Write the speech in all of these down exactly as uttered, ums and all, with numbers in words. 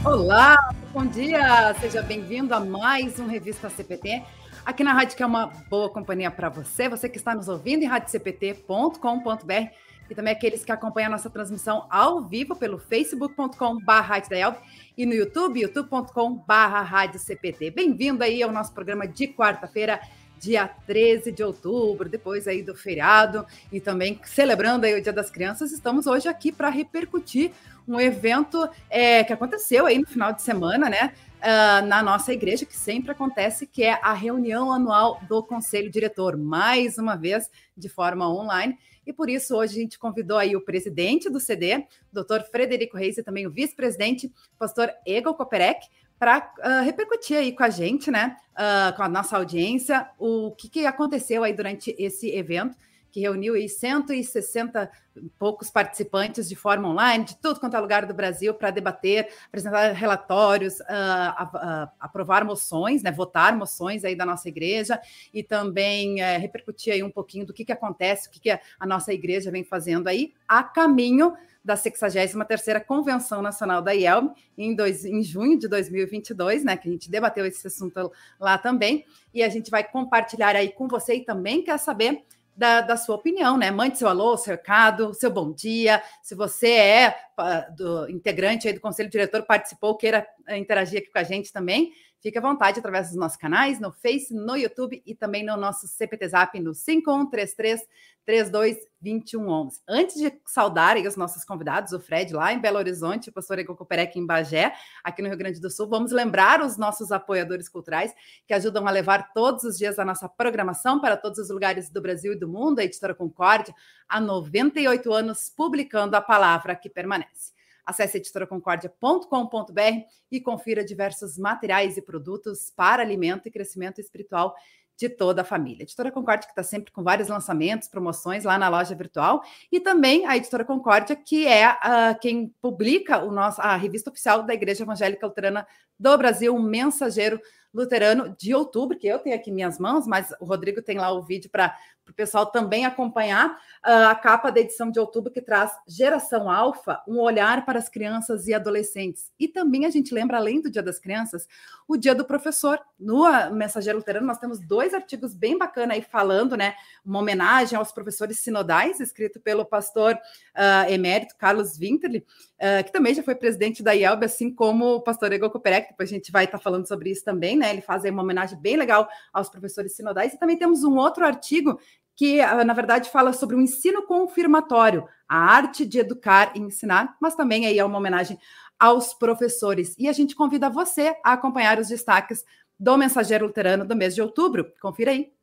Olá, bom dia! Seja bem-vindo a mais um Revista C P T, aqui na rádio que é uma boa companhia para você, você que está nos ouvindo em rádio c p t ponto com ponto b r e também aqueles que acompanham a nossa transmissão ao vivo pelo facebook ponto com barra rádio da I E L B e no YouTube, youtube ponto com barra rádio C P T. Bem-vindo aí ao nosso programa de quarta-feira, dia treze de outubro, depois aí do feriado e também celebrando aí o Dia das Crianças. Estamos hoje aqui para repercutir um evento é, que aconteceu aí no final de semana, né, uh, na nossa igreja, que sempre acontece, que é a reunião anual do Conselho Diretor, mais uma vez de forma online. E por isso hoje a gente convidou aí o presidente do C D, doutor Frederico Reis, e também o vice-presidente, pastor Egel Koperek, para uh, repercutir aí com a gente, né, uh, com a nossa audiência, o que, que aconteceu aí durante esse evento, que reuniu aí cento e sessenta e poucos participantes de forma online, de tudo quanto é lugar do Brasil, para debater, apresentar relatórios, uh, uh, uh, aprovar moções, né, votar moções aí da nossa igreja, e também uh, repercutir aí um pouquinho do que, que acontece, o que, que a, a nossa igreja vem fazendo aí, a caminho da sexagésima terceira Convenção Nacional da I E L B, em, dois, em junho de dois mil e vinte e dois, né, que a gente debateu esse assunto lá também, e a gente vai compartilhar aí com você, e também quer saber Da, da sua opinião, né? Mande seu alô, seu recado, seu bom dia. Se você é uh, do, integrante aí do Conselho Diretor, participou, queira uh, interagir aqui com a gente também, fique à vontade através dos nossos canais, no Face, no YouTube e também no nosso C P T Zap no cinco um três três, três dois dois um um um. Antes de saudar aí os nossos convidados, o Fred lá em Belo Horizonte, o pastor Egel Koperek em Bagé, aqui no Rio Grande do Sul, vamos lembrar os nossos apoiadores culturais que ajudam a levar todos os dias a nossa programação para todos os lugares do Brasil e do mundo, a Editora Concórdia, há noventa e oito anos, publicando a palavra que permanece. Acesse editora concórdia ponto com ponto b r e confira diversos materiais e produtos para alimento e crescimento espiritual de toda a família. A Editora Concórdia, que está sempre com vários lançamentos, promoções lá na loja virtual, e também a Editora Concórdia, que é uh, quem publica o nosso, a revista oficial da Igreja Evangélica Luterana do Brasil, o Mensageiro Luterano de outubro, que eu tenho aqui em minhas mãos, mas o Rodrigo tem lá o vídeo para o pessoal também acompanhar, uh, a capa da edição de outubro, que traz Geração Alfa, um olhar para as crianças e adolescentes. E também a gente lembra, além do Dia das Crianças, o Dia do Professor. No Mensageiro Luterano nós temos dois artigos bem bacanas aí falando, né, uma homenagem aos professores sinodais, escrito pelo pastor uh, emérito Carlos Winterli, uh, que também já foi presidente da I E L B, assim como o pastor Egel Koperek, depois a gente vai estar falando sobre isso também, né, ele faz aí uma homenagem bem legal aos professores sinodais. E também temos um outro artigo que, na verdade, fala sobre o ensino confirmatório, a arte de educar e ensinar, mas também aí é uma homenagem aos professores. E a gente convida você a acompanhar os destaques do Mensageiro Luterano do mês de outubro. Confira aí.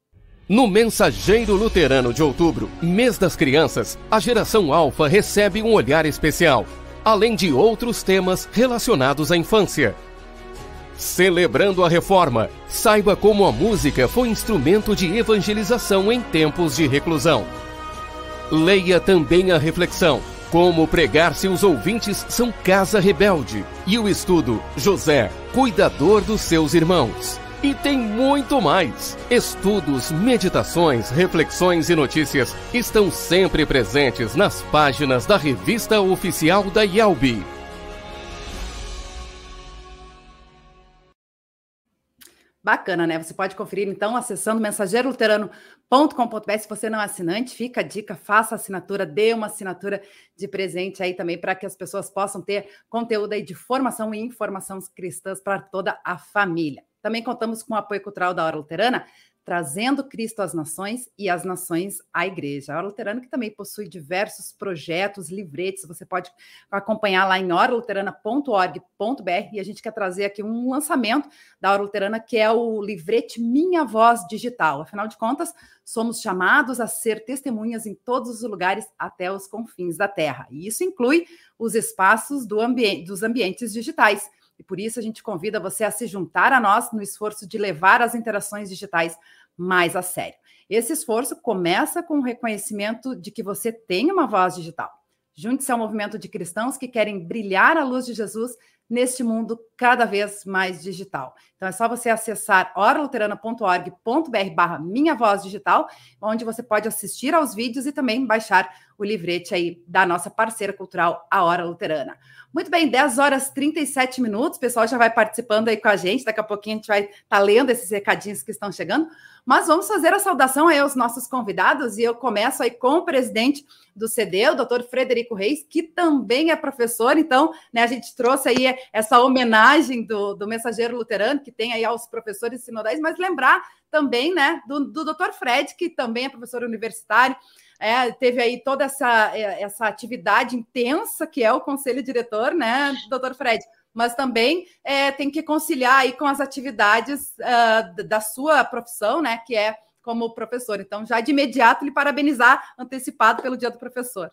No Mensageiro Luterano de outubro, mês das crianças, a Geração Alfa recebe um olhar especial, além de outros temas relacionados à infância. Celebrando a Reforma, saiba como a música foi instrumento de evangelização em tempos de reclusão. Leia também a reflexão, como pregar se os ouvintes são casa rebelde, e o estudo José, cuidador dos seus irmãos. E tem muito mais! Estudos, meditações, reflexões e notícias estão sempre presentes nas páginas da revista oficial da I E L B. Bacana, né? Você pode conferir, então, acessando mensageiro luterano ponto com ponto b r. Se você não é assinante, fica a dica, faça a assinatura, dê uma assinatura de presente aí também, para que as pessoas possam ter conteúdo aí de formação e informação cristãs para toda a família. Também contamos com o apoio cultural da Hora Luterana, trazendo Cristo às nações e as nações à igreja. A Hora Luterana, que também possui diversos projetos, livretes, você pode acompanhar lá em hora luterana ponto org ponto b r, e a gente quer trazer aqui um lançamento da Hora Luterana, que é o livrete Minha Voz Digital. Afinal de contas, somos chamados a ser testemunhas em todos os lugares, até os confins da terra. E isso inclui os espaços do ambi- dos ambientes digitais. E por isso a gente convida você a se juntar a nós no esforço de levar as interações digitais mais a sério. Esse esforço começa com o reconhecimento de que você tem uma voz digital. Junte-se ao movimento de cristãos que querem brilhar a luz de Jesus neste mundo cada vez mais digital. Então é só você acessar hora luterana ponto org ponto br barra Minha Voz Digital, onde você pode assistir aos vídeos e também baixar o livrete aí da nossa parceira cultural, a Hora Luterana. Muito bem, dez horas e trinta e sete minutos, o pessoal já vai participando aí com a gente, daqui a pouquinho a gente vai estar tá lendo esses recadinhos que estão chegando, mas vamos fazer a saudação aí aos nossos convidados, e eu começo aí com o presidente do C D, o doutor Frederico Reis, que também é professor, então, né, a gente trouxe aí essa homenagem do, do Mensageiro Luterano, que tem aí aos professores sinodais, mas lembrar também, né, do, do doutor Fred, que também é professor universitário, É, teve aí toda essa, essa atividade intensa que é o Conselho Diretor, né, doutor Fred? Mas também é, tem que conciliar aí com as atividades uh, da sua profissão, né, que é como professor. Então, já de imediato, lhe parabenizar antecipado pelo Dia do Professor.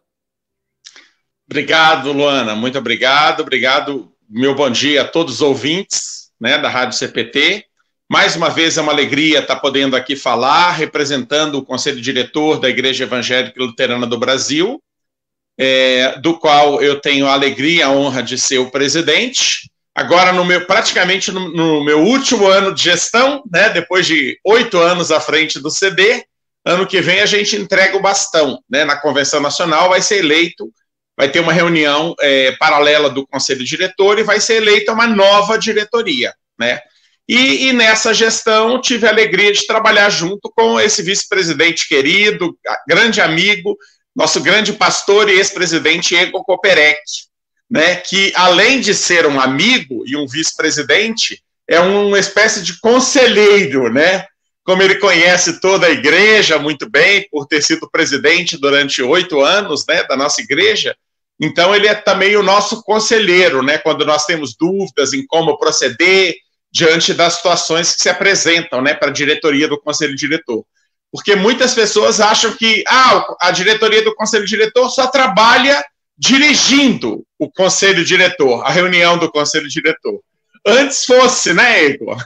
Obrigado, Luana, muito obrigado. Obrigado, meu bom dia a todos os ouvintes, né, da Rádio C P T. Mais uma vez é uma alegria estar podendo aqui falar, representando o Conselho Diretor da Igreja Evangélica Luterana do Brasil, é, do qual eu tenho a alegria e a honra de ser o presidente. Agora, no meu, praticamente no, no meu último ano de gestão, né, depois de oito anos à frente do C D, ano que vem a gente entrega o bastão, né, na Convenção Nacional, vai ser eleito, vai ter uma reunião é, paralela do Conselho Diretor e vai ser eleita uma nova diretoria, né? E, e nessa gestão tive a alegria de trabalhar junto com esse vice-presidente querido, grande amigo, nosso grande pastor e ex-presidente Ego Koperek, né, que além de ser um amigo e um vice-presidente, é uma espécie de conselheiro, né? Como ele conhece toda a igreja muito bem, por ter sido presidente durante oito anos, né, da nossa igreja, então ele é também o nosso conselheiro, né, quando nós temos dúvidas em como proceder, diante das situações que se apresentam, né, para a diretoria do Conselho Diretor. Porque muitas pessoas acham que ah, a diretoria do Conselho Diretor só trabalha dirigindo o Conselho Diretor, a reunião do Conselho Diretor. Antes fosse, né, Igor?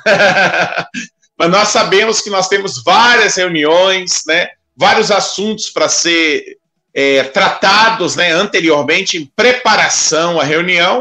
Mas nós sabemos que nós temos várias reuniões, né, vários assuntos para ser é, tratados, né, anteriormente, em preparação à reunião.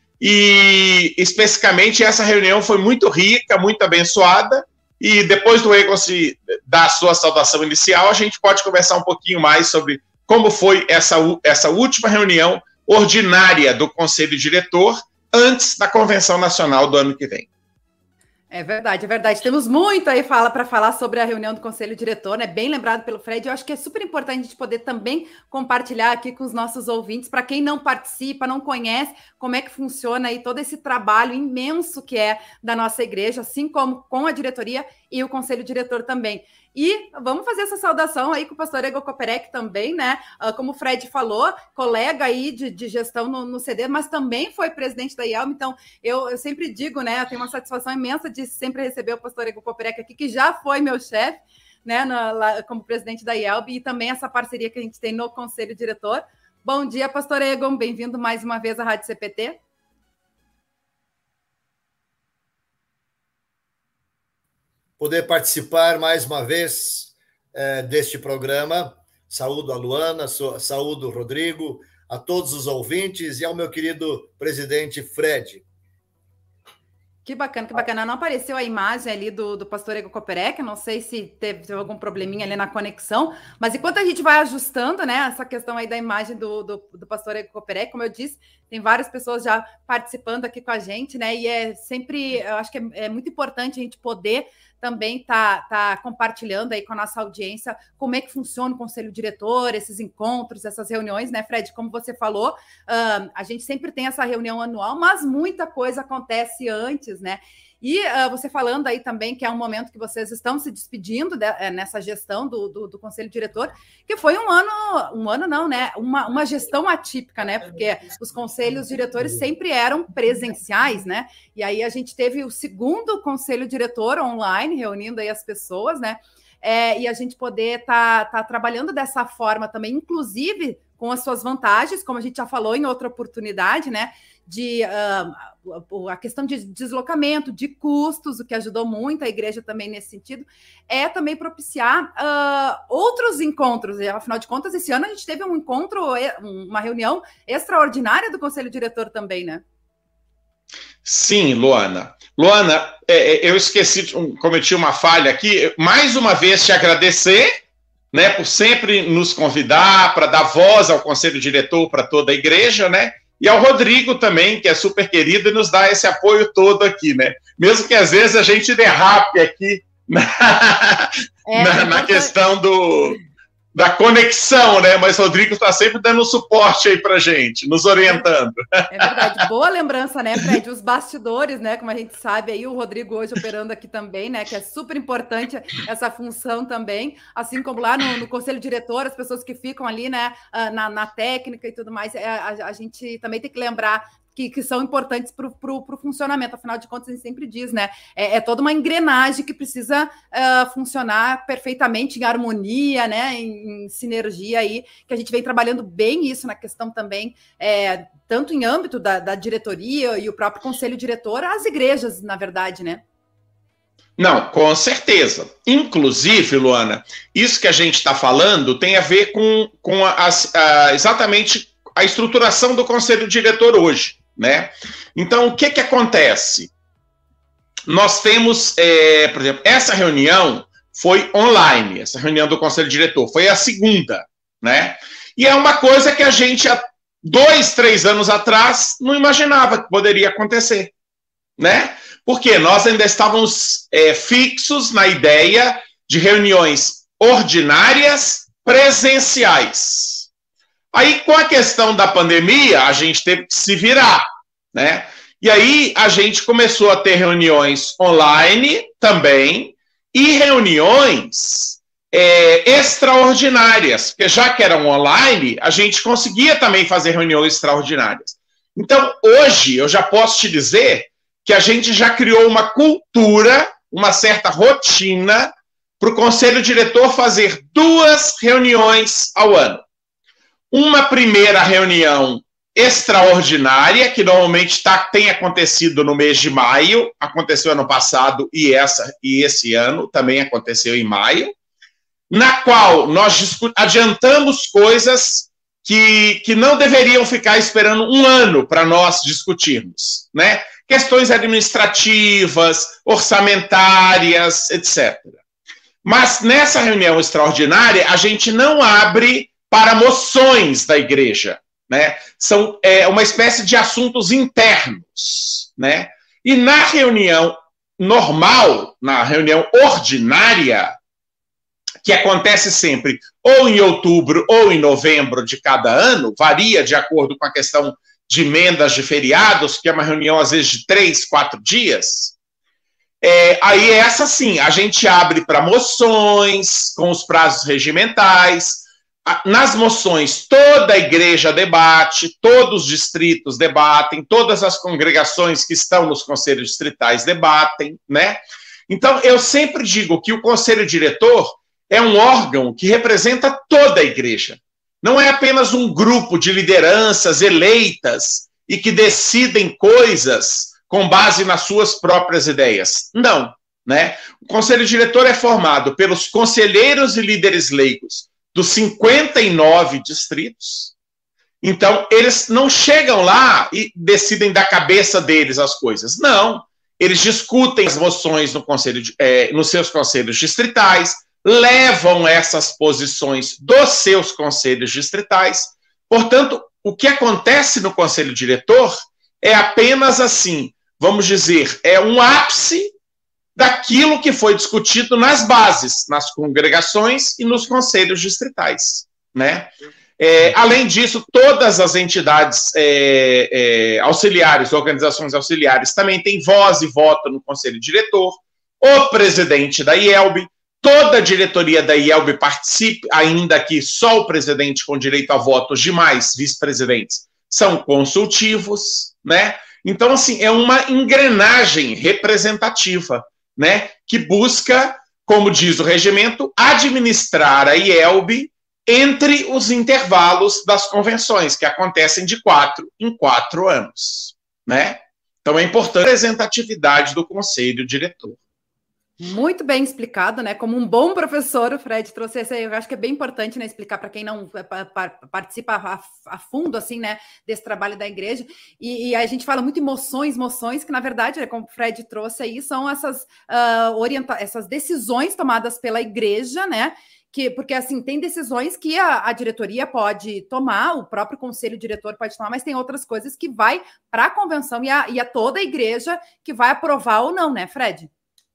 E, especificamente, essa reunião foi muito rica, muito abençoada, e depois do Egon se dar a sua saudação inicial, a gente pode conversar um pouquinho mais sobre como foi essa, essa última reunião ordinária do Conselho Diretor antes da Convenção Nacional do ano que vem. É verdade, é verdade. Temos muito aí fala para falar sobre a reunião do Conselho Diretor, né? Bem lembrado pelo Fred. Eu acho que é super importante a gente poder também compartilhar aqui com os nossos ouvintes, para quem não participa, não conhece como é que funciona aí todo esse trabalho imenso que é da nossa igreja, assim como com a diretoria e o Conselho Diretor também. E vamos fazer essa saudação aí com o pastor Ego Koperek também, né? Como o Fred falou, colega aí de, de gestão no, no C D, mas também foi presidente da I E L B. Então, eu, eu sempre digo, né? Eu tenho uma satisfação imensa de sempre receber o pastor Ego Koperek aqui, que já foi meu chefe, né? Na, lá, como presidente da I E L B, e também essa parceria que a gente tem no Conselho Diretor. Bom dia, pastor Ego. Bem-vindo mais uma vez à Rádio C P T. Poder participar mais uma vez é, deste programa. Saúdo a Luana, saúdo o Rodrigo, a todos os ouvintes e ao meu querido presidente Fred. Que bacana, que bacana. Não apareceu a imagem ali do, do pastor Ego Koperek, não sei se teve, teve algum probleminha ali na conexão, mas enquanto a gente vai ajustando, né, essa questão aí da imagem do, do, do pastor Ego Koperek, como eu disse, tem várias pessoas já participando aqui com a gente, né, e é sempre, eu acho que é, é muito importante a gente poder também tá, tá compartilhando aí com a nossa audiência como é que funciona o Conselho Diretor, esses encontros, essas reuniões, né, Fred? Como você falou, uh, a gente sempre tem essa reunião anual, mas muita coisa acontece antes, né? E uh, você falando aí também que é um momento que vocês estão se despedindo de, é, nessa gestão do, do, do Conselho Diretor, que foi um ano, um ano não, né? Uma, uma gestão atípica, né? Porque os conselhos diretores sempre eram presenciais, né? E aí a gente teve o segundo Conselho Diretor online, reunindo aí as pessoas, né? É, e a gente poder estar tá, tá trabalhando dessa forma também, inclusive com as suas vantagens, como a gente já falou em outra oportunidade, né? De uh, a questão de deslocamento, de custos, o que ajudou muito a igreja também nesse sentido, é também propiciar uh, outros encontros. E, afinal de contas, esse ano a gente teve um encontro, uma reunião extraordinária do Conselho Diretor também, né? Sim, Luana. Luana, é, eu esqueci, cometi uma falha aqui. Mais uma vez te agradecer, né, por sempre nos convidar para dar voz ao Conselho Diretor para toda a igreja, né? E ao Rodrigo também, que é super querido e nos dá esse apoio todo aqui, né? Mesmo que às vezes a gente derrape aqui na, é, na, na questão do, da conexão, né? Mas o Rodrigo está sempre dando suporte aí para gente, nos orientando. É verdade, boa lembrança, né, Fred? Os bastidores, né? Como a gente sabe aí, o Rodrigo hoje operando aqui também, né? Que é super importante essa função também, assim como lá no, no Conselho Diretor, as pessoas que ficam ali, né, na, na técnica e tudo mais, a, a, a gente também tem que lembrar Que, que são importantes para o funcionamento. Afinal de contas, a gente sempre diz, né? É, é toda uma engrenagem que precisa uh, funcionar perfeitamente em harmonia, né? Em, em sinergia aí, que a gente vem trabalhando bem isso na questão também, é, tanto em âmbito da, da diretoria e o próprio conselho diretor, as igrejas, na verdade, né? Não, com certeza. Inclusive, Luana, isso que a gente está falando tem a ver com, com a, a, exatamente a estruturação do conselho diretor hoje. Né? Então, o que, que acontece? Nós temos, é, por exemplo, essa reunião foi online, essa reunião do Conselho Diretor, foi a segunda, né? E é uma coisa que a gente, há dois, três anos atrás, não imaginava que poderia acontecer, né? Porque nós ainda estávamos é, fixos na ideia de reuniões ordinárias presenciais. Aí, com a questão da pandemia, a gente teve que se virar, né? E aí, a gente começou a ter reuniões online também e reuniões é, extraordinárias, porque já que eram online, a gente conseguia também fazer reuniões extraordinárias. Então, hoje, eu já posso te dizer que a gente já criou uma cultura, uma certa rotina, para o Conselho Diretor fazer duas reuniões ao ano. Uma primeira reunião extraordinária, que normalmente tá, tem acontecido no mês de maio, aconteceu ano passado e, essa, e esse ano também aconteceu em maio, na qual nós adiantamos coisas que, que não deveriam ficar esperando um ano para nós discutirmos, né? Questões administrativas, orçamentárias, etcétera. Mas nessa reunião extraordinária, a gente não abre para moções da igreja, né? São é, uma espécie de assuntos internos, né? E na reunião normal, na reunião ordinária, que acontece sempre ou em outubro ou em novembro de cada ano, varia de acordo com a questão de emendas de feriados, que é uma reunião às vezes de três, quatro dias, é, aí essa sim, a gente abre para moções, com os prazos regimentais. Nas moções, toda a igreja debate, todos os distritos debatem, todas as congregações que estão nos conselhos distritais debatem, né? Então, eu sempre digo que o conselho diretor é um órgão que representa toda a igreja. Não é apenas um grupo de lideranças eleitas e que decidem coisas com base nas suas próprias ideias. Não, né? O conselho diretor é formado pelos conselheiros e líderes leigos dos cinquenta e nove distritos. Então, eles não chegam lá e decidem da cabeça deles as coisas. Não. Eles discutem as moções no conselho, é, nos seus conselhos distritais, levam essas posições dos seus conselhos distritais. Portanto, o que acontece no conselho diretor é apenas assim, vamos dizer, é um ápice daquilo que foi discutido nas bases, nas congregações e nos conselhos distritais, né? É, além disso, todas as entidades é, é, auxiliares, organizações auxiliares, também têm voz e voto no conselho diretor, o presidente da I E L B, toda a diretoria da I E L B participa, ainda que só o presidente com direito a voto, os demais vice-presidentes são consultivos, né? Então, assim, é uma engrenagem representativa, né, que busca, como diz o regimento, administrar a I E L B entre os intervalos das convenções, que acontecem de quatro em quatro anos, né? Então é importante a representatividade do conselho diretor. Muito bem explicado, né? Como um bom professor, o Fred trouxe esse aí. Eu acho que é bem importante, né, explicar para quem não participa a, a fundo, assim, né, desse trabalho da igreja. E, e a gente fala muito em moções, moções, que na verdade, como o Fred trouxe aí, são essas, uh, orienta essas decisões tomadas pela igreja, né? Que, porque, assim, tem decisões que a, a diretoria pode tomar, o próprio conselho diretor pode tomar, mas tem outras coisas que vai para a convenção e a, e a toda a igreja que vai aprovar ou não, né, Fred?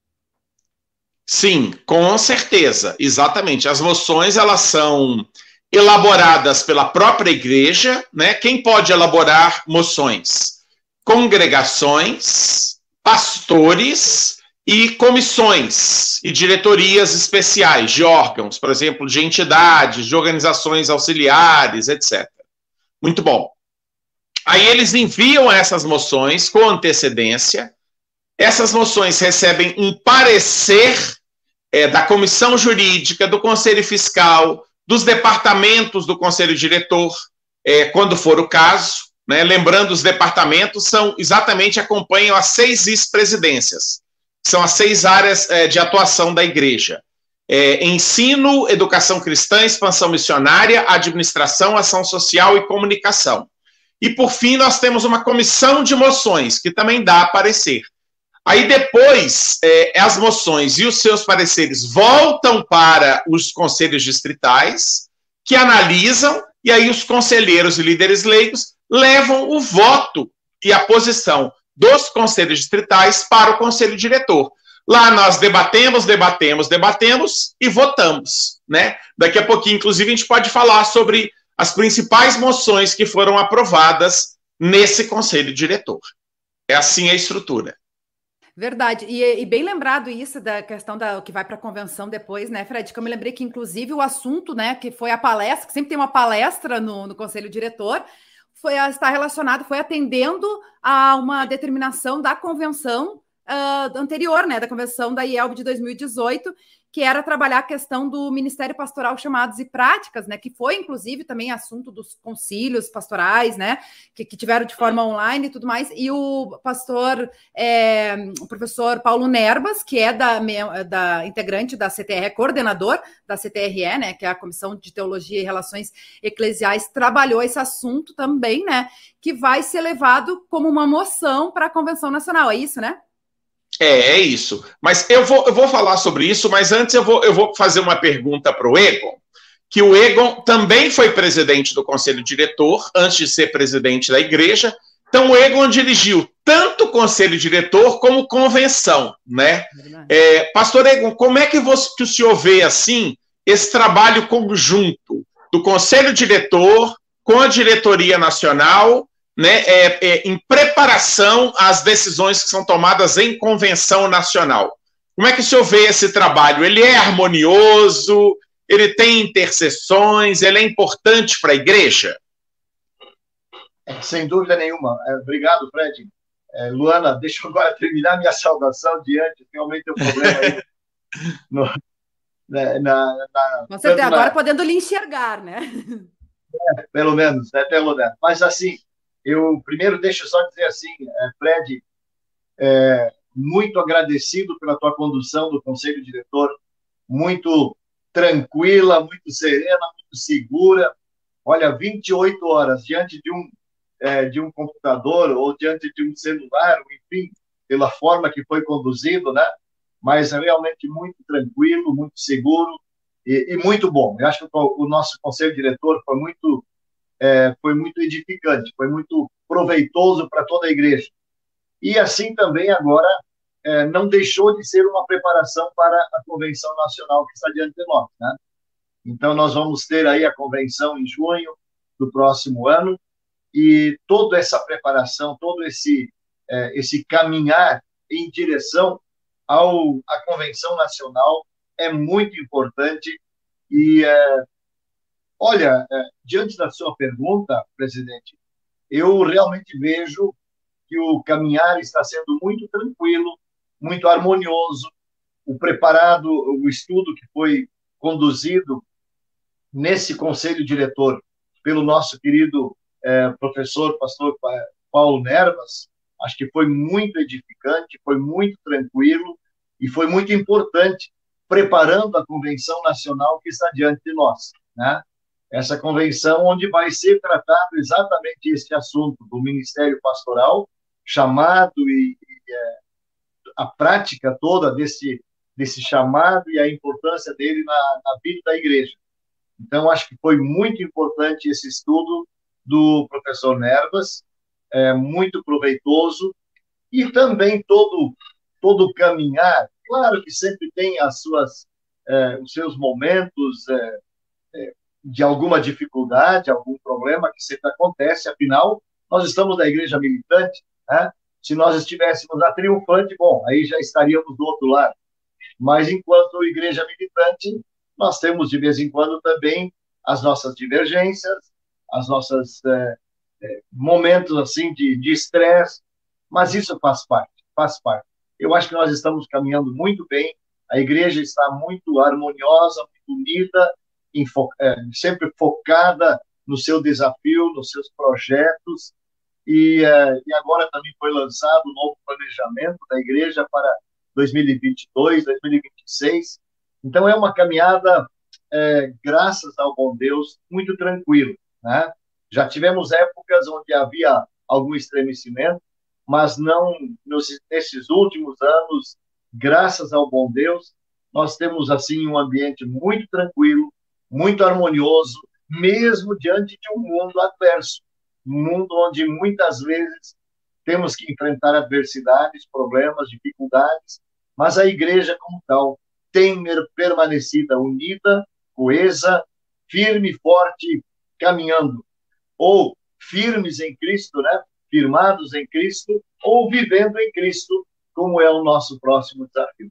Sim, com certeza, exatamente. As moções, elas são elaboradas pela própria igreja, né? Quem pode elaborar moções? Congregações, pastores e comissões e diretorias especiais de órgãos, por exemplo, de entidades, de organizações auxiliares, etcétera. Muito bom. Aí eles enviam essas moções com antecedência. Essas moções recebem um parecer é, da comissão jurídica, do conselho fiscal, dos departamentos do conselho diretor, é, quando for o caso, né? Lembrando, os departamentos são exatamente, acompanham as seis vice-presidências, são as seis áreas é, de atuação da igreja. É, ensino, educação cristã, expansão missionária, administração, ação social e comunicação. E, por fim, nós temos uma comissão de moções, que também dá parecer. Aí depois, é, as moções e os seus pareceres voltam para os conselhos distritais, que analisam, e aí os conselheiros e líderes leigos levam o voto e a posição dos conselhos distritais para o conselho diretor. Lá nós debatemos, debatemos, debatemos e votamos, né? Daqui a pouquinho, inclusive, a gente pode falar sobre as principais moções que foram aprovadas nesse conselho diretor. É assim a estrutura. Verdade, e, e bem lembrado isso da questão da que vai para a convenção depois, né, Fred? Que eu me lembrei que, inclusive, o assunto, né, que foi a palestra, que sempre tem uma palestra no, no conselho diretor, foi, está relacionado, foi atendendo a uma determinação da convenção uh, anterior, né, da convenção da I E L B de dois mil e dezoito, que era trabalhar a questão do Ministério Pastoral Chamados e Práticas, né, que foi, inclusive, também assunto dos concílios pastorais, né, que, que tiveram de forma online e tudo mais, e o pastor, é, o professor Paulo Nerbas, que é da, da integrante da C T R E, coordenador da C T R E, né, que é a Comissão de Teologia e Relações Eclesiais, trabalhou esse assunto também, né, que vai ser levado como uma moção para a Convenção Nacional, é isso, né? É, é isso. Mas eu vou, eu vou falar sobre isso, mas antes eu vou, eu vou fazer uma pergunta para o Egon, que o Egon também foi presidente do Conselho Diretor, antes de ser presidente da igreja. Então, o Egon dirigiu tanto o Conselho Diretor como convenção, né? É, Pastor Egon, como é que, você, que o senhor vê, assim, esse trabalho conjunto do Conselho Diretor com a Diretoria Nacional, né, é, é, em preparação às decisões que são tomadas em convenção nacional? Como é que o senhor vê esse trabalho? Ele é harmonioso? Ele tem interseções? Ele é importante para a igreja? É, sem dúvida nenhuma. É, obrigado, Fred. É, Luana, deixa eu agora terminar minha saudação diante, realmente o problema aí. No, na, na, na, Você até agora na... podendo lhe enxergar, né? É, pelo menos, né, pelo menos. Mas assim, eu primeiro deixo só dizer assim, é, Fred, é, muito agradecido pela tua condução do Conselho Diretor, muito tranquila, muito serena, muito segura. Olha, vinte e oito horas diante de um, é, de um computador ou diante de um celular, enfim, pela forma que foi conduzido, né? Mas realmente muito tranquilo, muito seguro e, e muito bom. Eu acho que o, o nosso Conselho Diretor foi muito É, foi muito edificante, foi muito proveitoso para toda a igreja. E assim também agora é, não deixou de ser uma preparação para a Convenção Nacional que está diante de nós, né? Então nós vamos ter aí a convenção em junho do próximo ano e toda essa preparação, todo esse, é, esse caminhar em direção ao, à Convenção Nacional é muito importante e é, olha, diante da sua pergunta, presidente, eu realmente vejo que o caminhar está sendo muito tranquilo, muito harmonioso. O preparado, o estudo que foi conduzido nesse conselho diretor pelo nosso querido eh, professor, pastor Paulo Nerbas, acho que foi muito edificante, foi muito tranquilo e foi muito importante preparando a convenção nacional que está diante de nós, né? Essa convenção onde vai ser tratado exatamente este assunto do ministério pastoral, chamado e, e é, a prática toda desse, desse chamado e a importância dele na, na vida da igreja. Então, acho que foi muito importante esse estudo do professor Nervas, é, muito proveitoso, e também todo, todo o caminhar, claro que sempre tem as suas, é, os seus momentos é, é, de alguma dificuldade, algum problema que sempre acontece, afinal, nós estamos na igreja militante, né? Se nós estivéssemos na triunfante, bom, aí já estaríamos do outro lado. Mas, enquanto igreja militante, nós temos, de vez em quando, também as nossas divergências, as nossas é, é, momentos, assim, de estresse, mas isso faz parte, faz parte. Eu acho que nós estamos caminhando muito bem, a igreja está muito harmoniosa, muito unida, fo é, sempre focada no seu desafio, nos seus projetos, e, é, e agora também foi lançado um novo planejamento da igreja para dois mil e vinte e dois, dois mil e vinte e seis. Então, é uma caminhada, é, graças ao bom Deus, muito tranquilo, né? Já tivemos épocas onde havia algum estremecimento, mas não nos, nesses últimos anos, graças ao bom Deus, nós temos, assim, um ambiente muito tranquilo, muito harmonioso, mesmo diante de um mundo adverso, um mundo onde muitas vezes temos que enfrentar adversidades, problemas, dificuldades, mas a igreja como tal tem permanecido unida, coesa, firme e forte, caminhando, ou firmes em Cristo, né? Firmados em Cristo, ou vivendo em Cristo, como é o nosso próximo desafio.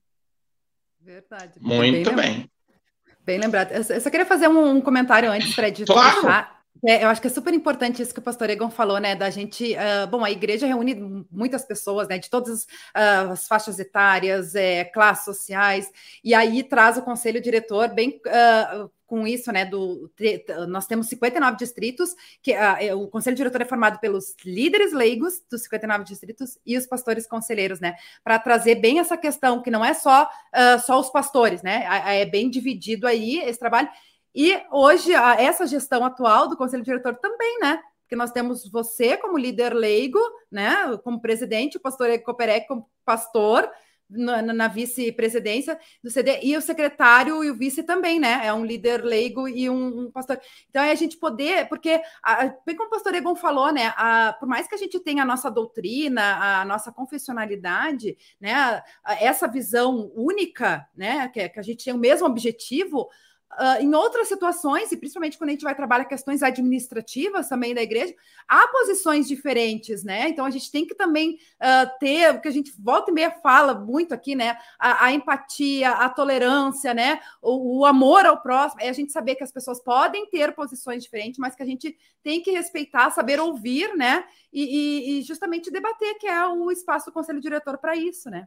Verdade. Muito bem. bem. Bem lembrado. Eu só queria fazer um comentário antes, Fred, de claro. fechar. É, eu acho que é super importante isso que o pastor Egon falou, né, da gente, uh, bom, a igreja reúne muitas pessoas, né, de todas uh, as faixas etárias, é, classes sociais, e aí traz o conselho diretor bem uh, com isso, né, do, nós temos cinquenta e nove distritos, que uh, o conselho diretor é formado pelos líderes leigos dos cinquenta e nove distritos e os pastores conselheiros, né, para trazer bem essa questão, que não é só, uh, só os pastores, né, é bem dividido aí esse trabalho. E hoje, a, essa gestão atual do Conselho Diretor também, né? Porque nós temos você como líder leigo, né? Como presidente, o pastor Ego Coperec como pastor na, na vice-presidência do C D, e o secretário e o vice também, né? É um líder leigo e um, um pastor. Então, é a gente poder, porque, a, bem como o pastor Egon falou, né? A, por mais que a gente tenha a nossa doutrina, a nossa confessionalidade, né? A, a, essa visão única, né? Que, que a gente tem o mesmo objetivo. Uh, em outras situações, e principalmente quando a gente vai trabalhar questões administrativas também da igreja, há posições diferentes, né? Então a gente tem que também uh, ter, o que a gente volta e meia fala muito aqui, né? A, a empatia, a tolerância, né? O, o amor ao próximo, é a gente saber que as pessoas podem ter posições diferentes, mas que a gente tem que respeitar, saber ouvir, né? E, e, e justamente debater, que é o espaço do Conselho Diretor para isso, né?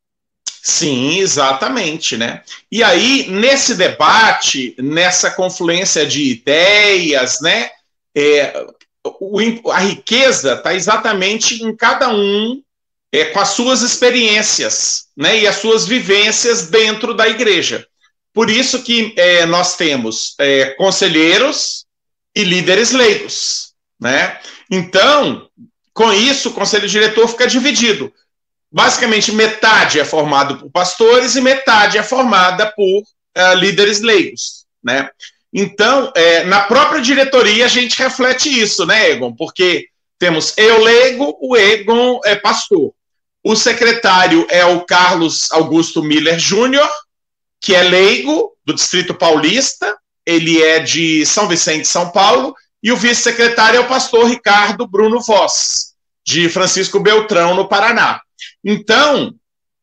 Sim, exatamente, né? E aí, nesse debate, nessa confluência de ideias, né, é, o, a riqueza está exatamente em cada um é, com as suas experiências, né, e as suas vivências dentro da igreja. Por isso que é, nós temos é, conselheiros e líderes leigos, né? Então, com isso, o conselho diretor fica dividido. Basicamente, metade é formado por pastores e metade é formada por uh, líderes leigos, né? Então, é, na própria diretoria, a gente reflete isso, né, Egon? Porque temos eu leigo, o Egon é pastor. O secretário é o Carlos Augusto Miller Júnior, que é leigo do Distrito Paulista, ele é de São Vicente, São Paulo, e o vice-secretário é o pastor Ricardo Bruno Voss, de Francisco Beltrão, no Paraná. Então,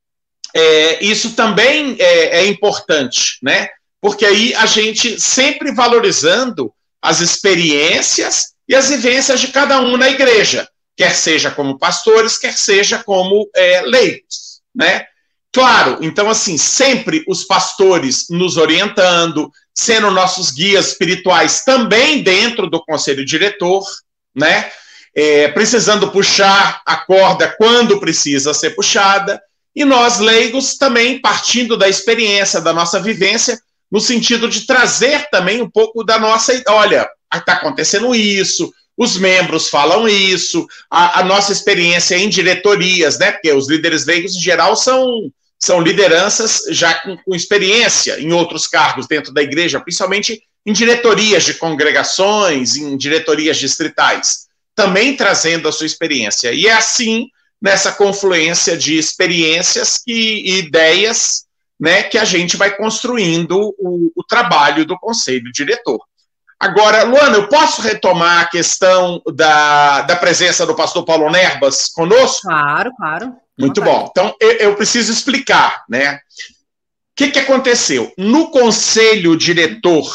é, isso também é, é importante, né? Porque aí a gente sempre valorizando as experiências e as vivências de cada um na igreja, quer seja como pastores, quer seja como é, leigos, né? Claro, então assim, sempre os pastores nos orientando, sendo nossos guias espirituais também dentro do conselho diretor, né? É, precisando puxar a corda quando precisa ser puxada, e nós, leigos, também partindo da experiência, da nossa vivência, no sentido de trazer também um pouco da nossa... Olha, está acontecendo isso, os membros falam isso, a, a nossa experiência em diretorias, né? Porque os líderes leigos, em geral, são, são lideranças já com, com experiência em outros cargos dentro da igreja, principalmente em diretorias de congregações, em diretorias distritais, também trazendo a sua experiência. E é assim, nessa confluência de experiências e ideias, né, que a gente vai construindo o, o trabalho do Conselho Diretor. Agora, Luana, eu posso retomar a questão da, da presença do pastor Paulo Nerbas conosco? Claro, claro. Muito bom. Então, eu, eu preciso explicar, né? O que, que aconteceu? No Conselho Diretor,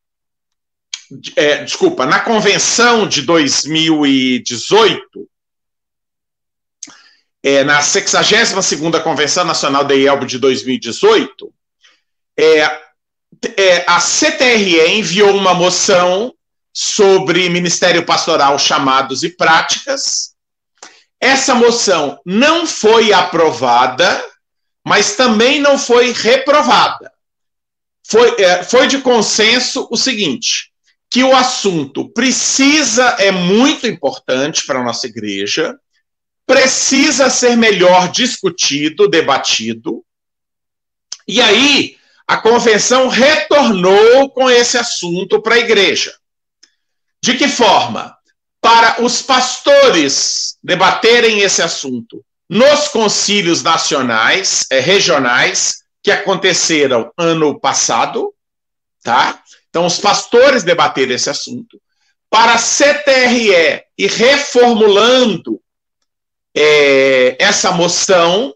é, desculpa, na Convenção de dois mil e dezoito, é, na sexagésima segunda Convenção Nacional da I E L B de dois mil e dezoito, é, É, a C T R E enviou uma moção sobre Ministério Pastoral, Chamados e Práticas. Essa moção não foi aprovada, mas também não foi reprovada. Foi, é, foi de consenso o seguinte, que o assunto precisa, é muito importante para a nossa igreja, precisa ser melhor discutido, debatido, e aí a convenção retornou com esse assunto para a igreja. De que forma? Para os pastores debaterem esse assunto nos concílios nacionais, eh, regionais, que aconteceram ano passado, tá? Então, os pastores debaterem esse assunto. Para a C T R E ir reformulando eh, essa moção.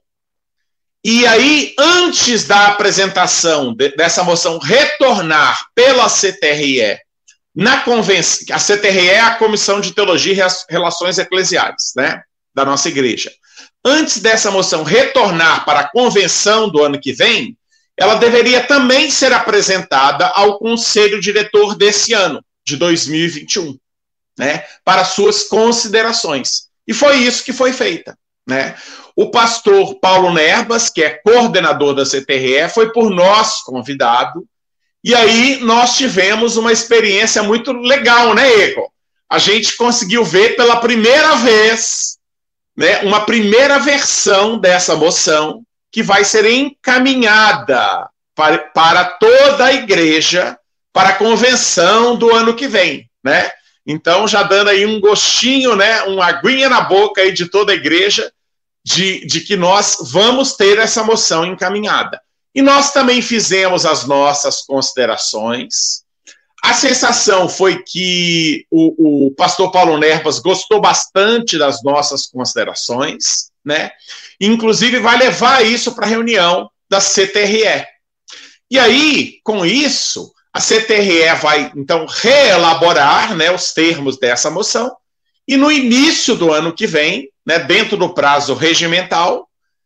E aí, antes da apresentação de, dessa moção retornar pela C T R E, na convenção, a C T R E é a Comissão de Teologia e Relações Eclesiais, né, da nossa igreja. Antes dessa moção retornar para a convenção do ano que vem, ela deveria também ser apresentada ao Conselho Diretor desse ano, de dois mil e vinte e um, né, para suas considerações. E foi isso que foi feita, né? O pastor Paulo Nerbas, que é coordenador da C T R E, foi por nós convidado, e aí nós tivemos uma experiência muito legal, né, Igor? A gente conseguiu ver pela primeira vez, né, uma primeira versão dessa moção, que vai ser encaminhada para, para toda a igreja, para a convenção do ano que vem, né? Então, já dando aí um gostinho, né, uma aguinha na boca aí de toda a igreja, De, de que nós vamos ter essa moção encaminhada. E nós também fizemos as nossas considerações. A sensação foi que o, o pastor Paulo Nerbas gostou bastante das nossas considerações, né? Inclusive vai levar isso para a reunião da C T R E. E aí, com isso, a C T R E vai, então, reelaborar, né, os termos dessa moção, e no início do ano que vem, né, dentro do prazo regimental,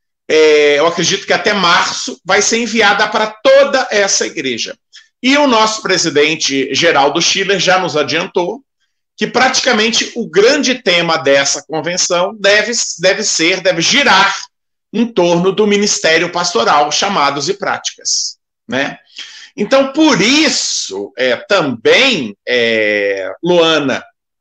é, eu acredito que até março, vai ser enviada para toda essa igreja. E o nosso presidente Geraldo Schiller já nos adiantou que praticamente o grande tema dessa convenção deve, deve ser, deve girar em torno do Ministério Pastoral, Chamados e Práticas, né? Então, por isso, é, também, é, Luana,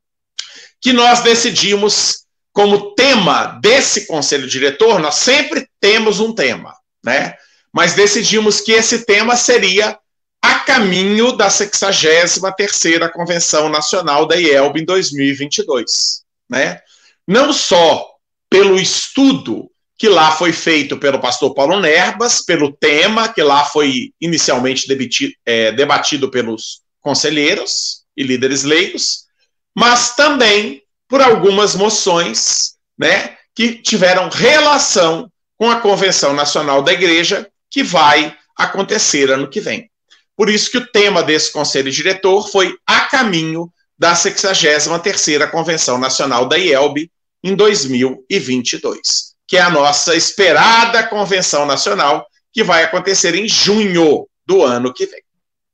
que nós decidimos, como tema desse Conselho Diretor, nós sempre temos um tema, né? Mas decidimos que esse tema seria a caminho da sexagésima terceira Convenção Nacional da I E L B em dois mil e vinte e dois, né? Não só pelo estudo que lá foi feito pelo pastor Paulo Nerbas, pelo tema que lá foi inicialmente debatido, é, debatido pelos conselheiros e líderes leigos, mas também por algumas moções, né, que tiveram relação com a Convenção Nacional da Igreja, que vai acontecer ano que vem. Por isso que o tema desse Conselho Diretor foi a caminho da sexagésima terceira Convenção Nacional da I E L B em dois mil e vinte e dois, que é a nossa esperada Convenção Nacional, que vai acontecer em junho do ano que vem.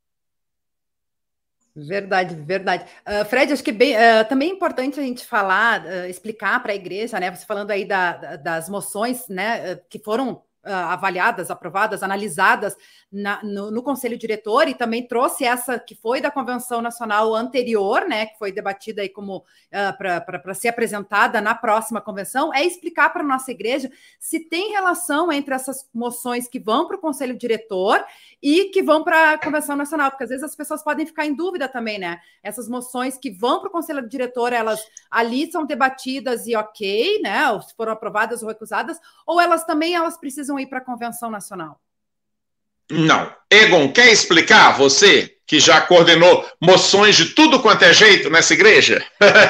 Verdade, verdade. Uh, Fred, acho que bem, uh, também é importante a gente falar, uh, explicar para a igreja, né? Você falando aí da, da, das moções, né? Uh, que foram uh, avaliadas, aprovadas, analisadas na, no, no Conselho Diretor, e também trouxe essa que foi da Convenção Nacional anterior, né, que foi debatida aí como uh, para ser apresentada na próxima convenção, é explicar para a nossa igreja se tem relação entre essas moções que vão para o Conselho Diretor e que vão para a Convenção Nacional, porque às vezes as pessoas podem ficar em dúvida também, né? Essas moções que vão para o Conselho Diretor, elas ali são debatidas e ok, né? Ou se foram aprovadas ou recusadas, ou elas também elas precisam ir para a Convenção Nacional? Não. Egon, quer explicar, você que já coordenou moções de tudo quanto é jeito nessa igreja?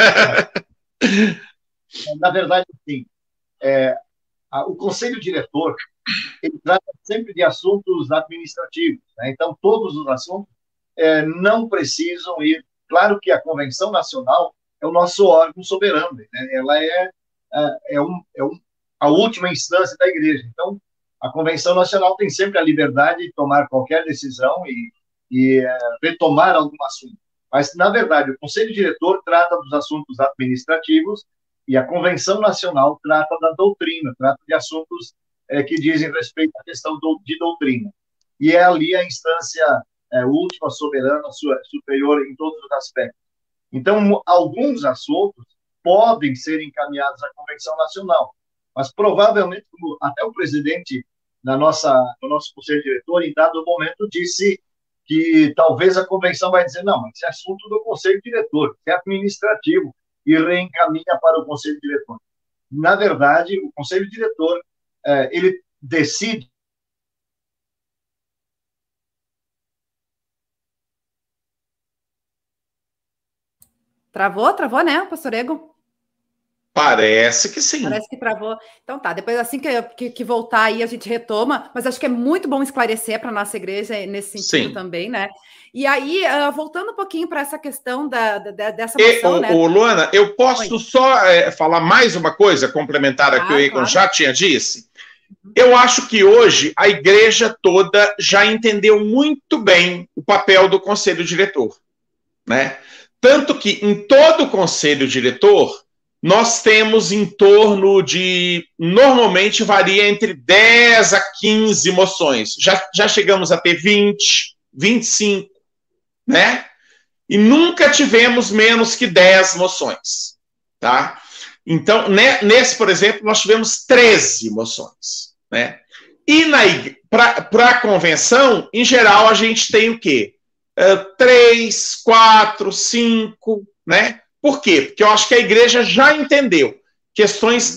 Na verdade, sim. É, a, o Conselho Diretor, ele trata sempre de assuntos administrativos, né? Então, todos os assuntos é, não precisam ir. Claro que a Convenção Nacional é o nosso órgão soberano, né? Ela é, é, um, é um, a última instância da igreja. Então, a Convenção Nacional tem sempre a liberdade de tomar qualquer decisão e, e é, retomar algum assunto. Mas, na verdade, o Conselho Diretor trata dos assuntos administrativos e a Convenção Nacional trata da doutrina, trata de assuntos é, que dizem respeito à questão do, de doutrina. E é ali a instância é, última, soberana, superior em todos os aspectos. Então, alguns assuntos podem ser encaminhados à Convenção Nacional, mas provavelmente, até o presidente na nossa, no nosso Conselho Diretor, em dado momento, disse que talvez a Convenção vai dizer, não, mas isso é assunto do Conselho Diretor, é administrativo, e reencaminha para o Conselho Diretor. Na verdade, o Conselho Diretor, é, ele decide. Travou? Travou, né, pastor Egon? Parece que sim. Parece que travou. Então tá, depois assim que, que, que voltar aí a gente retoma, mas acho que é muito bom esclarecer para a nossa igreja nesse sentido sim. também, né? E aí, uh, voltando um pouquinho para essa questão da, da, dessa moção, e, né? Ô, Luana, eu posso Oi. só é, falar mais uma coisa, complementar a que o Egon claro. já tinha disse? Eu acho que hoje a igreja toda já entendeu muito bem o papel do Conselho Diretor, né? Tanto que em todo o Conselho Diretor nós temos em torno de, normalmente varia entre dez a quinze moções. Já, já chegamos a ter vinte, vinte e cinco, né? E nunca tivemos menos que dez moções, tá? Então, né, nesse, por exemplo, nós tivemos treze moções, né? E para a convenção, em geral, a gente tem o quê? Uh, três, quatro, cinco, né? Por quê? Porque eu acho que a igreja já entendeu questões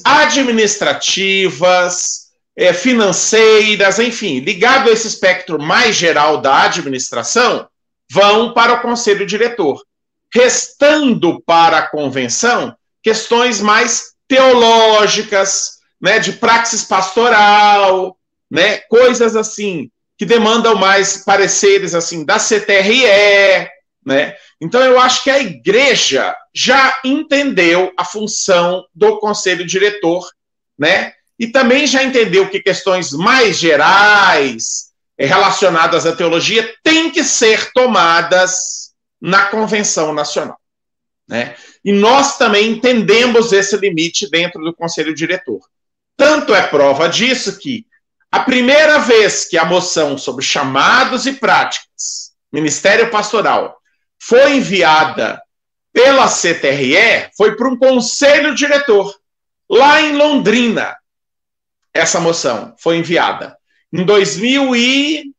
administrativas, é, financeiras, enfim, ligado a esse espectro mais geral da administração, vão para o Conselho Diretor. Restando para a convenção questões mais teológicas, né, de praxis pastoral, né, coisas assim, que demandam mais pareceres assim, da C T R E, né? Então, eu acho que a igreja já entendeu a função do Conselho Diretor, né? E também já entendeu que questões mais gerais, relacionadas à teologia, têm que ser tomadas na Convenção Nacional, né? E nós também entendemos esse limite dentro do Conselho Diretor. Tanto é prova disso que a primeira vez que a moção sobre chamados e práticas, Ministério Pastoral, foi enviada pela C T R E, foi para um conselho diretor, lá em Londrina. Essa moção foi enviada em dois mil e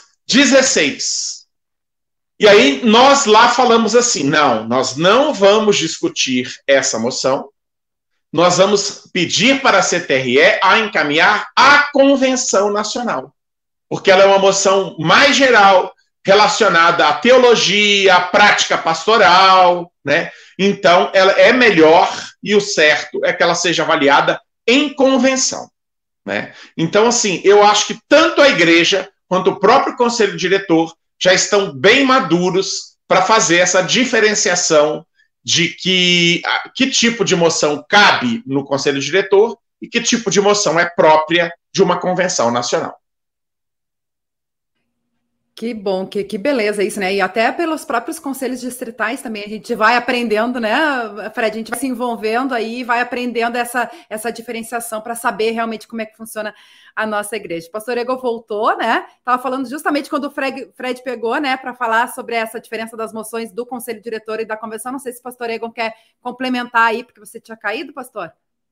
dezesseis. E aí nós lá falamos assim, não, nós não vamos discutir essa moção, nós vamos pedir para a C T R E a encaminhar a Convenção Nacional, porque ela é uma moção mais geral, relacionada à teologia, à prática pastoral, né? Então, ela é melhor e o certo é que ela seja avaliada em convenção, né? Então, assim, eu acho que tanto a igreja quanto o próprio Conselho Diretor já estão bem maduros para fazer essa diferenciação de que, que tipo de moção cabe no Conselho Diretor e que tipo de moção é própria de uma convenção nacional. Que bom, que, que beleza isso, né? E até pelos próprios conselhos distritais também a gente vai aprendendo, né, Fred? A gente vai se envolvendo aí, vai aprendendo essa, essa diferenciação para saber realmente como é que funciona a nossa igreja. O pastor Egon voltou, né? Estava falando justamente quando o Fred, Fred pegou, né, para falar sobre essa diferença das moções do conselho diretor e da convenção. Não sei se o pastor Egon quer complementar aí, porque você tinha caído, pastor?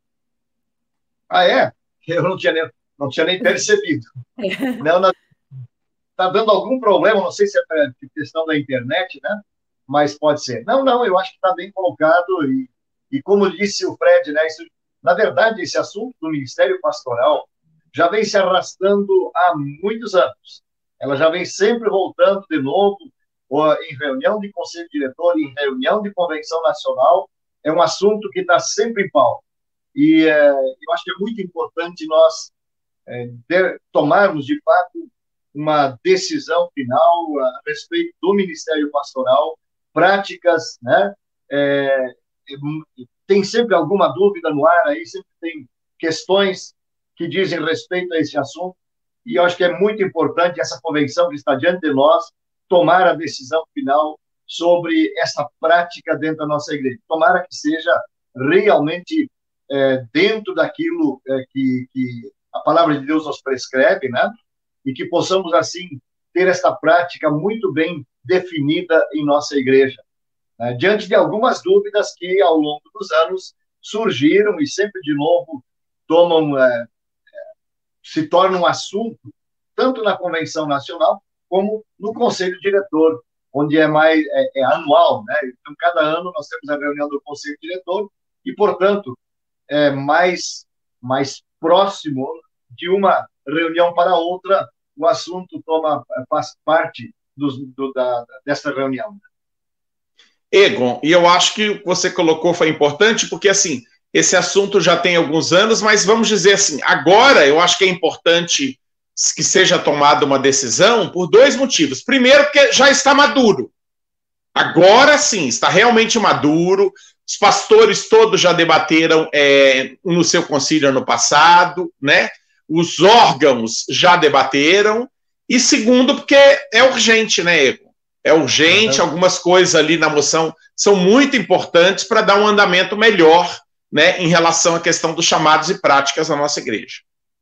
Ah, é? Eu não tinha nem, não tinha nem percebido. É. Não, não. Está dando algum problema, não sei se é questão da internet, né? Mas pode ser. Não, não, eu acho que está bem colocado e, e como disse o Fred, né? Isso, na verdade, esse assunto do Ministério Pastoral já vem se arrastando há muitos anos. Ela já vem sempre voltando de novo, ou em reunião de conselho diretor, em reunião de convenção nacional, é um assunto que está sempre em pauta. E é, eu acho que é muito importante nós é, ter, tomarmos, de fato, uma decisão final a respeito do Ministério Pastoral, práticas, né? É, tem sempre alguma dúvida no ar aí, sempre tem questões que dizem respeito a esse assunto, e eu acho que é muito importante essa convenção que está diante de nós tomar a decisão final sobre essa prática dentro da nossa igreja. Tomara que seja realmente é, dentro daquilo é, que, que a palavra de Deus nos prescreve, né? E que possamos, assim, ter esta prática muito bem definida em nossa igreja. Né? Diante de algumas dúvidas que, ao longo dos anos, surgiram e sempre, de novo, tomam, é, se tornam um assunto, tanto na Convenção Nacional, como no Conselho Diretor, onde é, mais, é, é anual. Né? Então, cada ano nós temos a reunião do Conselho Diretor e, portanto, é mais, mais próximo de uma reunião para outra, o assunto toma, faz parte do, do, da, dessa reunião. Egon, e eu acho que o que você colocou foi importante, porque, assim, esse assunto já tem alguns anos, mas vamos dizer assim, agora eu acho que é importante que seja tomada uma decisão por dois motivos. Primeiro, porque já está maduro. Agora sim, está realmente maduro. Os pastores todos já debateram é, no seu concílio ano passado, né? Os órgãos já debateram, e segundo, porque é urgente, né, Egon? É urgente, uhum. Algumas coisas ali na moção são muito importantes para dar um andamento melhor, né, em relação à questão dos chamados e práticas da nossa igreja.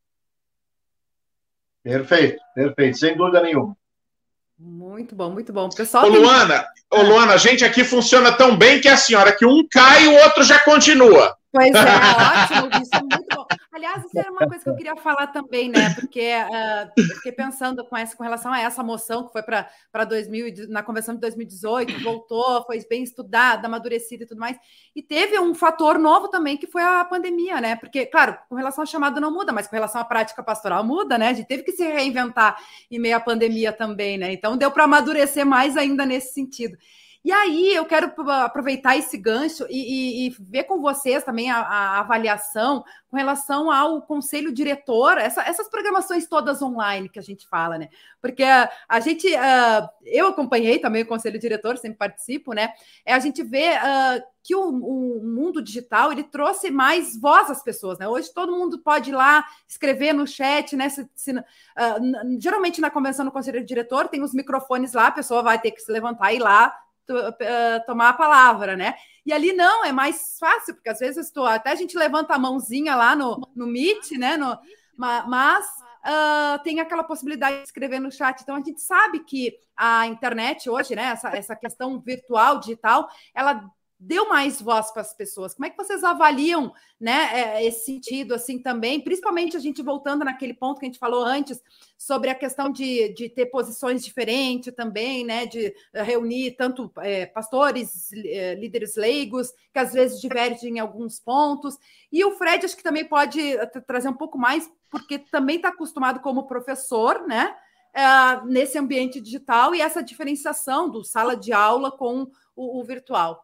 Perfeito, perfeito, sem dúvida nenhuma. Muito bom, muito bom. Pessoal, ô, Luana, tem... ô, Luana, a gente aqui funciona tão bem que a senhora, que um cai e o outro já continua. Pois é, ótimo, isso é muito bom. Aliás, isso era uma coisa que eu queria falar também, né? Porque uh, eu fiquei pensando com, essa, com relação a essa moção que foi para dois mil, na convenção de dois mil e dezoito, voltou, foi bem estudada, amadurecida e tudo mais. E teve um fator novo também, que foi a pandemia, né? Porque, claro, com relação ao chamado não muda, mas com relação à prática pastoral muda, né? A gente teve que se reinventar em meio à pandemia também, né? Então deu para amadurecer mais ainda nesse sentido. E aí eu quero aproveitar esse gancho e, e, e ver com vocês também a, a avaliação com relação ao conselho diretor, essa, essas programações todas online que a gente fala, né? Porque a, a gente, uh, eu acompanhei também o conselho diretor, sempre participo, né? É a gente vê uh, que o, o mundo digital, ele trouxe mais voz às pessoas, né? Hoje todo mundo pode ir lá escrever no chat, né? Se, se, uh, geralmente na convenção do conselho diretor tem os microfones lá, a pessoa vai ter que se levantar e ir lá tomar a palavra, né? E ali não, é mais fácil, porque às vezes tô, até a gente levanta a mãozinha lá no, no Meet, né? No, mas uh, tem aquela possibilidade de escrever no chat. Então a gente sabe que a internet hoje, né? Essa, essa questão virtual, digital, ela deu mais voz para as pessoas. Como é que vocês avaliam, né, esse sentido assim também, principalmente a gente voltando naquele ponto que a gente falou antes sobre a questão de, de ter posições diferentes também, né, de reunir tanto é, pastores, é, líderes leigos, que às vezes divergem em alguns pontos, e o Fred acho que também pode trazer um pouco mais, porque também está acostumado como professor, né, é, nesse ambiente digital, e essa diferenciação do sala de aula com o, o virtual.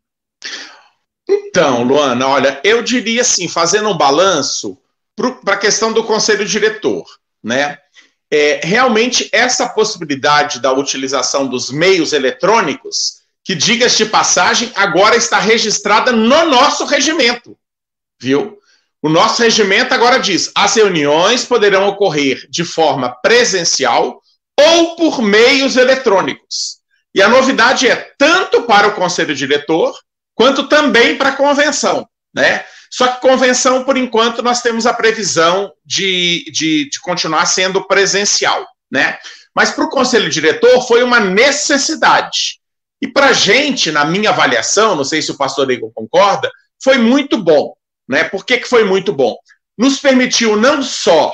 Então, Luana, olha, eu diria assim, fazendo um balanço para a questão do conselho diretor, né? É, realmente, essa possibilidade da utilização dos meios eletrônicos, que, diga-se de passagem, agora está registrada no nosso regimento, viu? O nosso regimento agora diz, as reuniões poderão ocorrer de forma presencial ou por meios eletrônicos. E a novidade é tanto para o Conselho Diretor, quanto também para a convenção, né? Só que convenção, por enquanto, nós temos a previsão de, de, de continuar sendo presencial, né? Mas para o Conselho Diretor foi uma necessidade. E para a gente, na minha avaliação, não sei se o pastor Egon concorda, foi muito bom, né? Por que que foi muito bom? Nos permitiu não só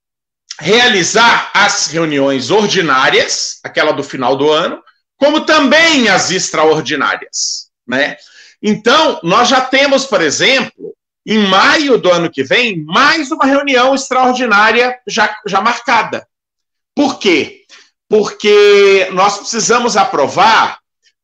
realizar as reuniões ordinárias, aquela do final do ano, como também as extraordinárias, né? Então, nós já temos, por exemplo, em maio do ano que vem, mais uma reunião extraordinária já, já marcada. Por quê? Porque nós precisamos aprovar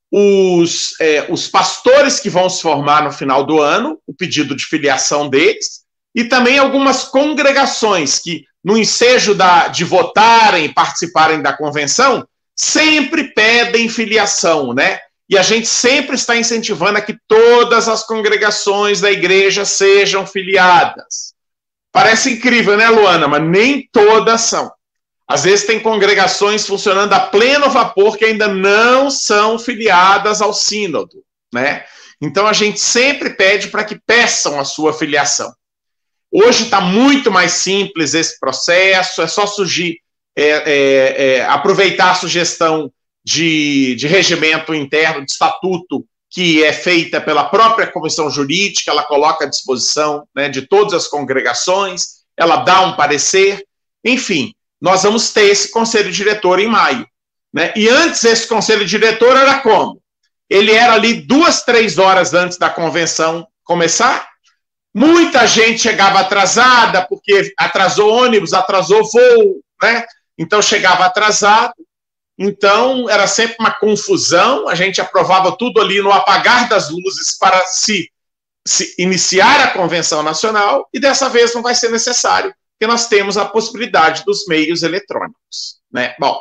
os, é, os pastores que vão se formar no final do ano, o pedido de filiação deles, e também algumas congregações que, no ensejo da, de votarem e participarem da convenção, sempre pedem filiação, né? E a gente sempre está incentivando a que todas as congregações da igreja sejam filiadas. Parece incrível, né, Luana? Mas nem todas são. Às vezes tem congregações funcionando a pleno vapor que ainda não são filiadas ao sínodo, né? Então a gente sempre pede para que peçam a sua filiação. Hoje está muito mais simples esse processo, é só surgir, é, é, é, aproveitar a sugestão de, de regimento interno, de estatuto, que é feita pela própria comissão jurídica, ela coloca à disposição, né, de todas as congregações, ela dá um parecer, enfim, nós vamos ter esse conselho diretor em maio, né? E antes esse conselho diretor era como? Ele era ali duas, três horas antes da convenção começar, muita gente chegava atrasada, porque atrasou ônibus, atrasou voo, né? Então chegava atrasado, então era sempre uma confusão, a gente aprovava tudo ali no apagar das luzes para se, se iniciar a convenção nacional, e dessa vez não vai ser necessário, porque nós temos a possibilidade dos meios eletrônicos, né? Bom,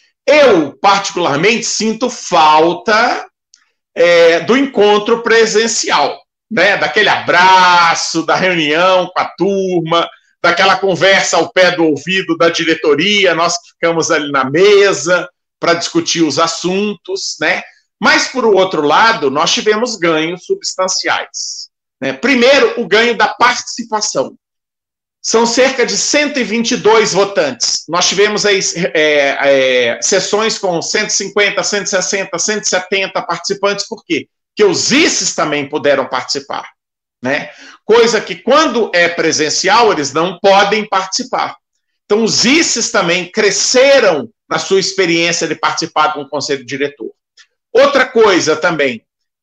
eu particularmente sinto falta é, do encontro presencial, né? Daquele abraço, da reunião com a turma, daquela conversa ao pé do ouvido da diretoria, nós que ficamos ali na mesa para discutir os assuntos, né? Mas, por outro lado, nós tivemos ganhos substanciais, né? Primeiro, o ganho da participação. São cerca de cento e vinte e dois votantes. Nós tivemos aí é, é, sessões com cento e cinquenta, cento e sessenta, cento e setenta participantes. Por quê? Porque os vices também puderam participar, né? Coisa que, quando é presencial, eles não podem participar. Então, os vices também cresceram na sua experiência de participar de um conselho diretor. Outra coisa também,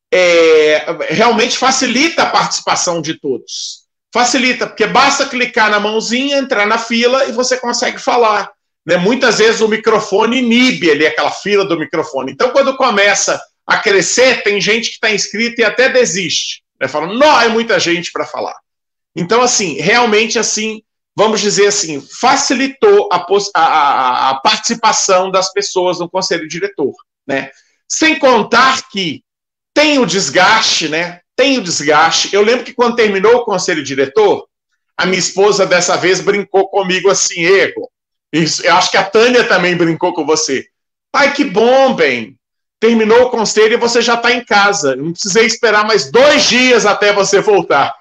é, realmente facilita a participação de todos. Facilita, porque basta clicar na mãozinha, entrar na fila e você consegue falar, né? Muitas vezes o microfone inibe ali aquela fila do microfone. Então, quando começa a crescer, tem gente que está inscrita e até desiste, né? Fala, não, é muita gente para falar. Então, assim, realmente, assim, vamos dizer assim, facilitou a, a, a participação das pessoas no conselho diretor, né? Sem contar que tem o desgaste, né? Tem o desgaste. Eu lembro que quando terminou o conselho diretor, a minha esposa dessa vez brincou comigo assim, Egon, isso, eu acho que a Tânia também brincou com você. Ai, que bom, bem, terminou o conselho e você já está em casa. Eu não precisei esperar mais dois dias até você voltar.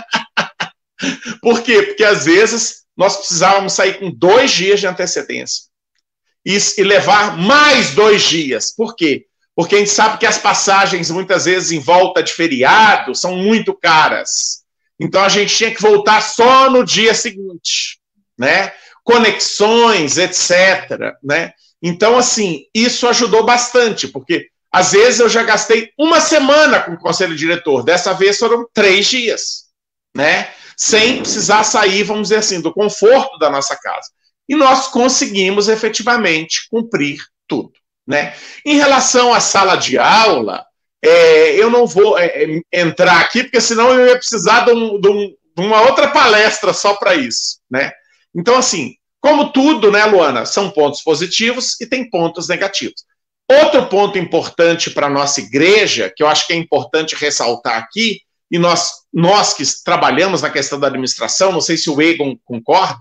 Por quê? Porque às vezes nós precisávamos sair com dois dias de antecedência e, e levar mais dois dias. Por quê? Porque a gente sabe que as passagens, muitas vezes, em volta de feriado, são muito caras. Então, a gente tinha que voltar só no dia seguinte, né? Conexões, etcétera, né? Então, assim, isso ajudou bastante, porque, às vezes, eu já gastei uma semana com o conselho diretor. Dessa vez, foram três dias, né? Sem precisar sair, vamos dizer assim, do conforto da nossa casa. E nós conseguimos, efetivamente, cumprir tudo, né? Em relação à sala de aula, é, eu não vou é, entrar aqui, porque senão eu ia precisar de, um, de, um, de uma outra palestra só para isso, né? Então, assim, como tudo, né, Luana, são pontos positivos e tem pontos negativos. Outro ponto importante para a nossa igreja, que eu acho que é importante ressaltar aqui, e nós, nós que trabalhamos na questão da administração, não sei se o Egon concorda,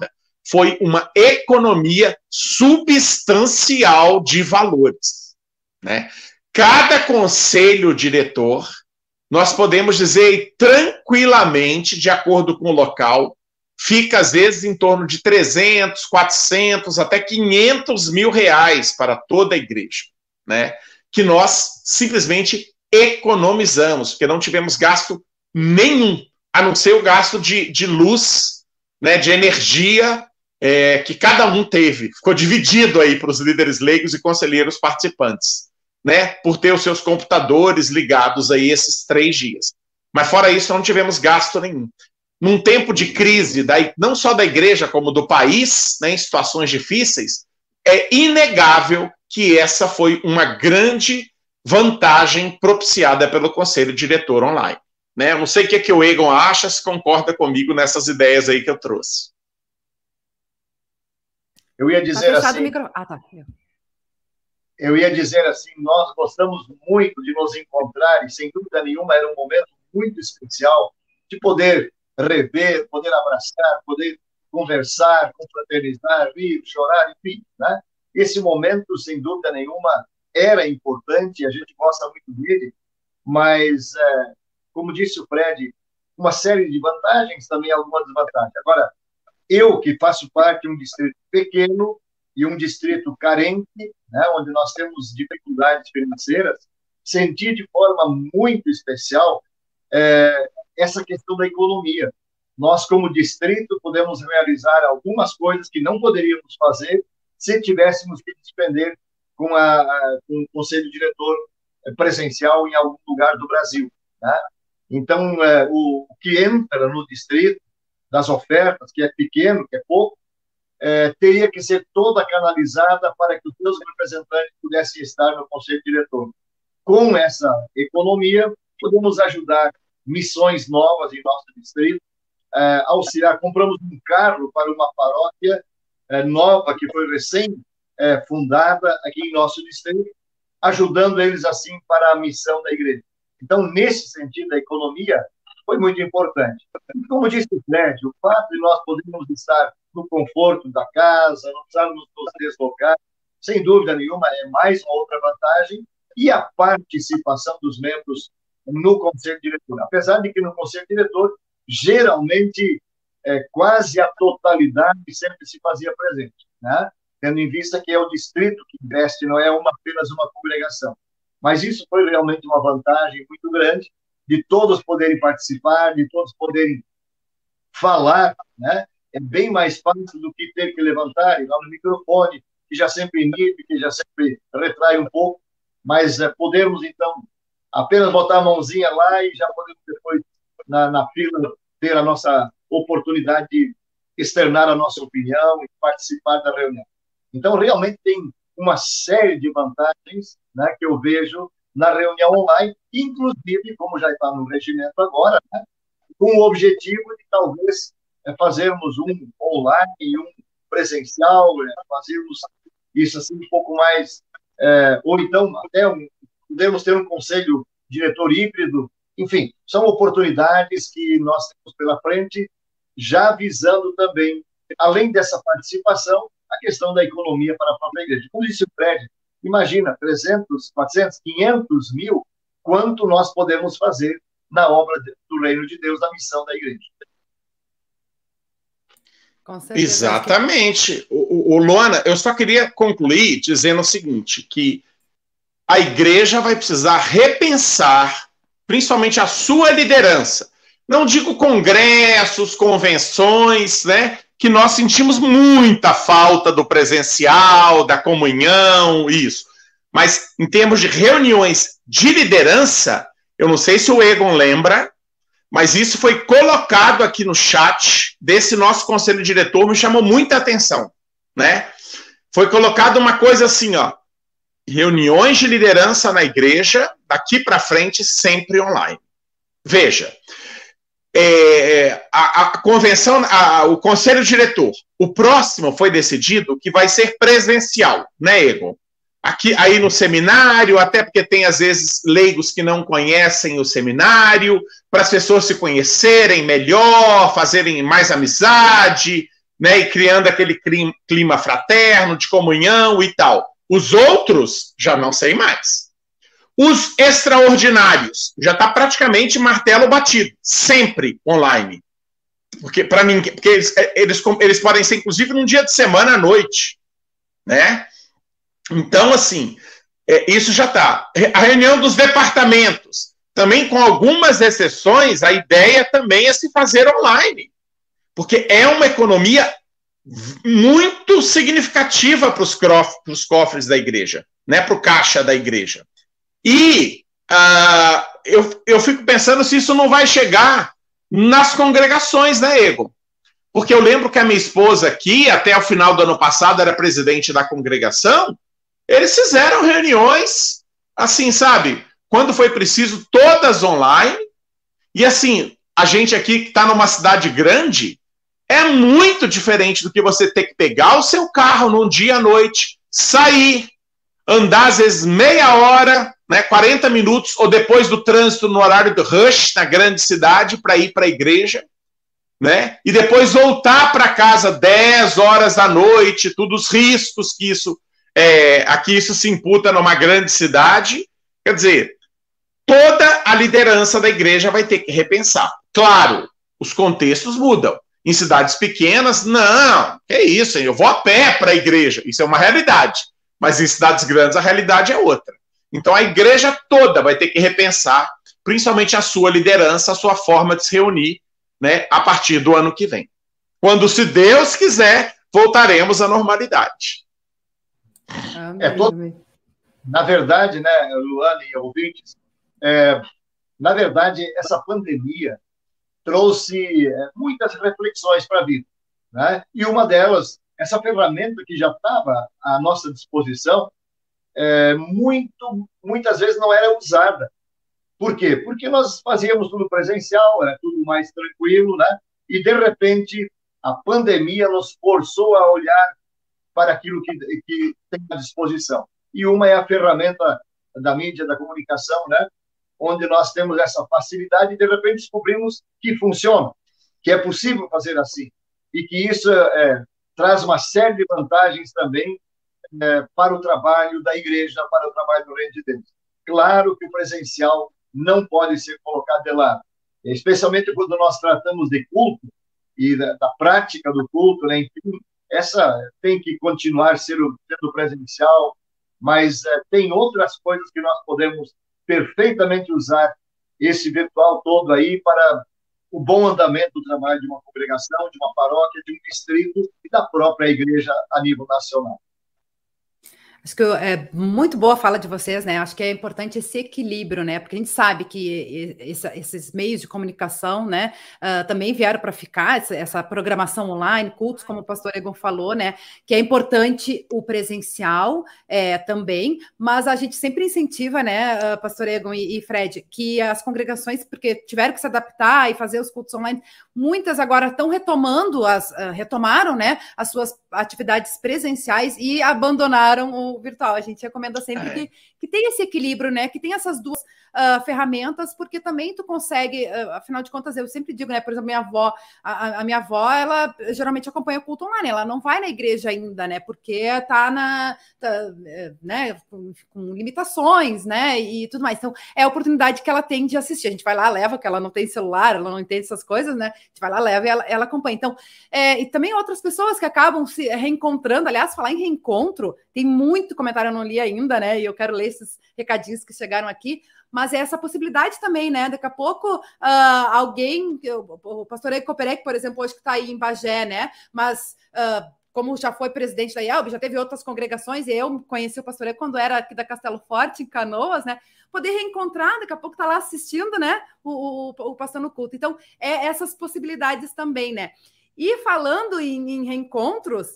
foi uma economia substancial de valores, né? Cada conselho diretor, nós podemos dizer tranquilamente, de acordo com o local, fica às vezes em torno de trezentos, quatrocentos, até quinhentos mil reais para toda a igreja, né? Que nós simplesmente economizamos, porque não tivemos gasto nenhum, a não ser o gasto de, de luz, né, de energia, é, que cada um teve. Ficou dividido aí para os líderes leigos e conselheiros participantes, né, por ter os seus computadores ligados aí esses três dias. Mas fora isso, não tivemos gasto nenhum. Num tempo de crise, da, não só da igreja, como do país, né, em situações difíceis, é inegável que essa foi uma grande vantagem propiciada pelo Conselho Diretor Online. Né? Eu não sei o que, é que o Egon acha, se concorda comigo nessas ideias aí que eu trouxe. Eu ia dizer tá assim... Micro... Ah, tá. Eu ia dizer assim, nós gostamos muito de nos encontrar e, sem dúvida nenhuma, era um momento muito especial de poder rever, poder abraçar, poder conversar, confraternizar, rir, chorar, enfim, né? Esse momento, sem dúvida nenhuma, era importante, a gente gosta muito dele, mas, é, como disse o Fred, uma série de vantagens, também algumas desvantagens. Agora, eu que faço parte de um distrito pequeno e um distrito carente, né, onde nós temos dificuldades financeiras, senti de forma muito especial é, essa questão da economia. Nós, como distrito, podemos realizar algumas coisas que não poderíamos fazer se tivéssemos que despender com, a, a, com o conselho diretor presencial em algum lugar do Brasil. Né? Então, é, o, o que entra no distrito, das ofertas, que é pequeno, que é pouco, é, teria que ser toda canalizada para que os seus representantes pudessem estar no conselho diretor. Com essa economia, podemos ajudar missões novas em nosso distrito, é, auxiliar, compramos um carro para uma paróquia é, nova, que foi recém-fundada é, aqui em nosso distrito, ajudando eles, assim, para a missão da igreja. Então, nesse sentido, a economia foi muito importante. E, como disse o Fred, o fato de nós podermos estar no conforto da casa, não precisarmos nos deslocar, sem dúvida nenhuma, é mais uma outra vantagem, e a participação dos membros no conselho diretor. Apesar de que no conselho diretor, geralmente, é, quase a totalidade sempre se fazia presente, né? Tendo em vista que é o distrito que investe, não é uma, apenas uma congregação. Mas isso foi realmente uma vantagem muito grande, de todos poderem participar, de todos poderem falar, né? É bem mais fácil do que ter que levantar e dar no microfone, que já sempre inibe, que já sempre retrai um pouco, mas é, podermos, então, apenas botar a mãozinha lá e já podemos depois, na, na fila, ter a nossa oportunidade de externar a nossa opinião e participar da reunião. Então, realmente tem uma série de vantagens, né, que eu vejo na reunião online, inclusive, como já está no regimento agora, né, com o objetivo de talvez é, fazermos um online e um presencial, é, fazermos isso assim um pouco mais, é, ou então até um, podemos ter um conselho diretor híbrido, enfim, são oportunidades que nós temos pela frente, já visando também, além dessa participação, a questão da economia para a própria igreja. Como disse o Fred, imagina, trezentos, quatrocentos, quinhentos mil, quanto nós podemos fazer na obra do reino de Deus, na missão da igreja. Exatamente. O, o, o Luana, eu só queria concluir dizendo o seguinte, que a igreja vai precisar repensar, principalmente a sua liderança. Não digo congressos, convenções, né? Que nós sentimos muita falta do presencial, da comunhão, isso. Mas em termos de reuniões de liderança, eu não sei se o Egon lembra, mas isso foi colocado aqui no chat desse nosso conselho diretor, me chamou muita atenção, né? Foi colocado uma coisa assim, ó, reuniões de liderança na igreja, daqui para frente, sempre online. Veja, é, a, a convenção, a, o conselho diretor, o próximo foi decidido que vai ser presencial, né, Egon? Aqui, aí no seminário, até porque tem, às vezes, leigos que não conhecem o seminário, para as pessoas se conhecerem melhor, fazerem mais amizade, né, e criando aquele clima fraterno, de comunhão e tal. Os outros, já não sei mais. Os extraordinários, já está praticamente martelo batido, sempre online. Porque, para mim, porque eles, eles, eles podem ser, inclusive, num dia de semana à noite, né? Então, assim, é, isso já está. A reunião dos departamentos, também com algumas exceções, a ideia também é se fazer online, porque é uma economia muito significativa para os cofres da igreja, né? Para o caixa da igreja. E uh, eu, eu fico pensando se isso não vai chegar nas congregações, né, Egon? Porque eu lembro que a minha esposa aqui, até o final do ano passado, era presidente da congregação, eles fizeram reuniões, assim, sabe, quando foi preciso, todas online, e assim, a gente aqui que está numa cidade grande, é muito diferente do que você ter que pegar o seu carro num dia à noite, sair, andar às vezes meia hora, né, quarenta minutos, ou depois do trânsito no horário do rush, na grande cidade, para ir para a igreja, né, e depois voltar para casa dez horas da noite, todos os riscos que isso, é, aqui isso se imputa numa grande cidade. Quer dizer, toda a liderança da igreja vai ter que repensar. Claro, os contextos mudam. Em cidades pequenas, não, que isso, eu vou a pé para a igreja, isso é uma realidade. Mas em cidades grandes a realidade é outra. Então a igreja toda vai ter que repensar, principalmente a sua liderança, a sua forma de se reunir, né, a partir do ano que vem. Quando, se Deus quiser, voltaremos à normalidade. É todo... Na verdade, né, Luana e ouvintes, é, na verdade, essa pandemia trouxe é, muitas reflexões para a vida, né? E uma delas, essa ferramenta que já estava à nossa disposição, é, muito, muitas vezes não era usada. Por quê? Porque nós fazíamos tudo presencial, era tudo mais tranquilo, né? E, de repente, a pandemia nos forçou a olhar para aquilo que, que tem à disposição. E uma é a ferramenta da mídia, da comunicação, né? Onde nós temos essa facilidade e, de repente, descobrimos que funciona, que é possível fazer assim, e que isso é, traz uma série de vantagens também é, para o trabalho da igreja, para o trabalho do Reino de Deus. Claro que o presencial não pode ser colocado de lado, especialmente quando nós tratamos de culto e da, da prática do culto, né? Enfim, essa tem que continuar sendo, sendo presencial, mas é, tem outras coisas que nós podemos perfeitamente usar esse virtual todo aí para o bom andamento do trabalho de uma congregação, de uma paróquia, de um distrito e da própria igreja a nível nacional. Acho que é muito boa a fala de vocês, né? Acho que é importante esse equilíbrio, né? Porque a gente sabe que esse, esses meios de comunicação, né, uh, também vieram para ficar, essa, essa programação online, cultos, como o pastor Egon falou, né? Que é importante o presencial é, também, mas a gente sempre incentiva, né, uh, pastor Egon e, e Fred, que as congregações, porque tiveram que se adaptar e fazer os cultos online, muitas agora estão retomando, as, uh, retomaram, né, as suas atividades presenciais e abandonaram o virtual. A gente recomenda sempre é. que, que tenha esse equilíbrio, né? Que tenha essas duas uh, ferramentas, porque também tu consegue, uh, afinal de contas, eu sempre digo, né? Por exemplo, minha avó, a, a minha avó, ela geralmente acompanha o culto online, ela não vai na igreja ainda, né? Porque tá na, tá, né? Com, com limitações, né? E tudo mais. Então, é a oportunidade que ela tem de assistir. A gente vai lá, leva, que ela não tem celular, ela não entende essas coisas, né? A gente vai lá, leva e ela, ela acompanha. Então, é, e também outras pessoas que acabam se reencontrando. Aliás, falar em reencontro, tem muito comentário, eu não li ainda, né? E eu quero ler esses recadinhos que chegaram aqui, mas é essa possibilidade também, né? Daqui a pouco uh, alguém, o pastor Eiko Koperek, por exemplo, hoje que está aí em Bagé, né? Mas uh, como já foi presidente da I E L B, já teve outras congregações, e eu conheci o pastor Eiko quando era aqui da Castelo Forte, em Canoas, né? Poder reencontrar, daqui a pouco tá lá assistindo, né? O, o, o pastor no culto. Então, é essas possibilidades também, né? E falando em, em reencontros,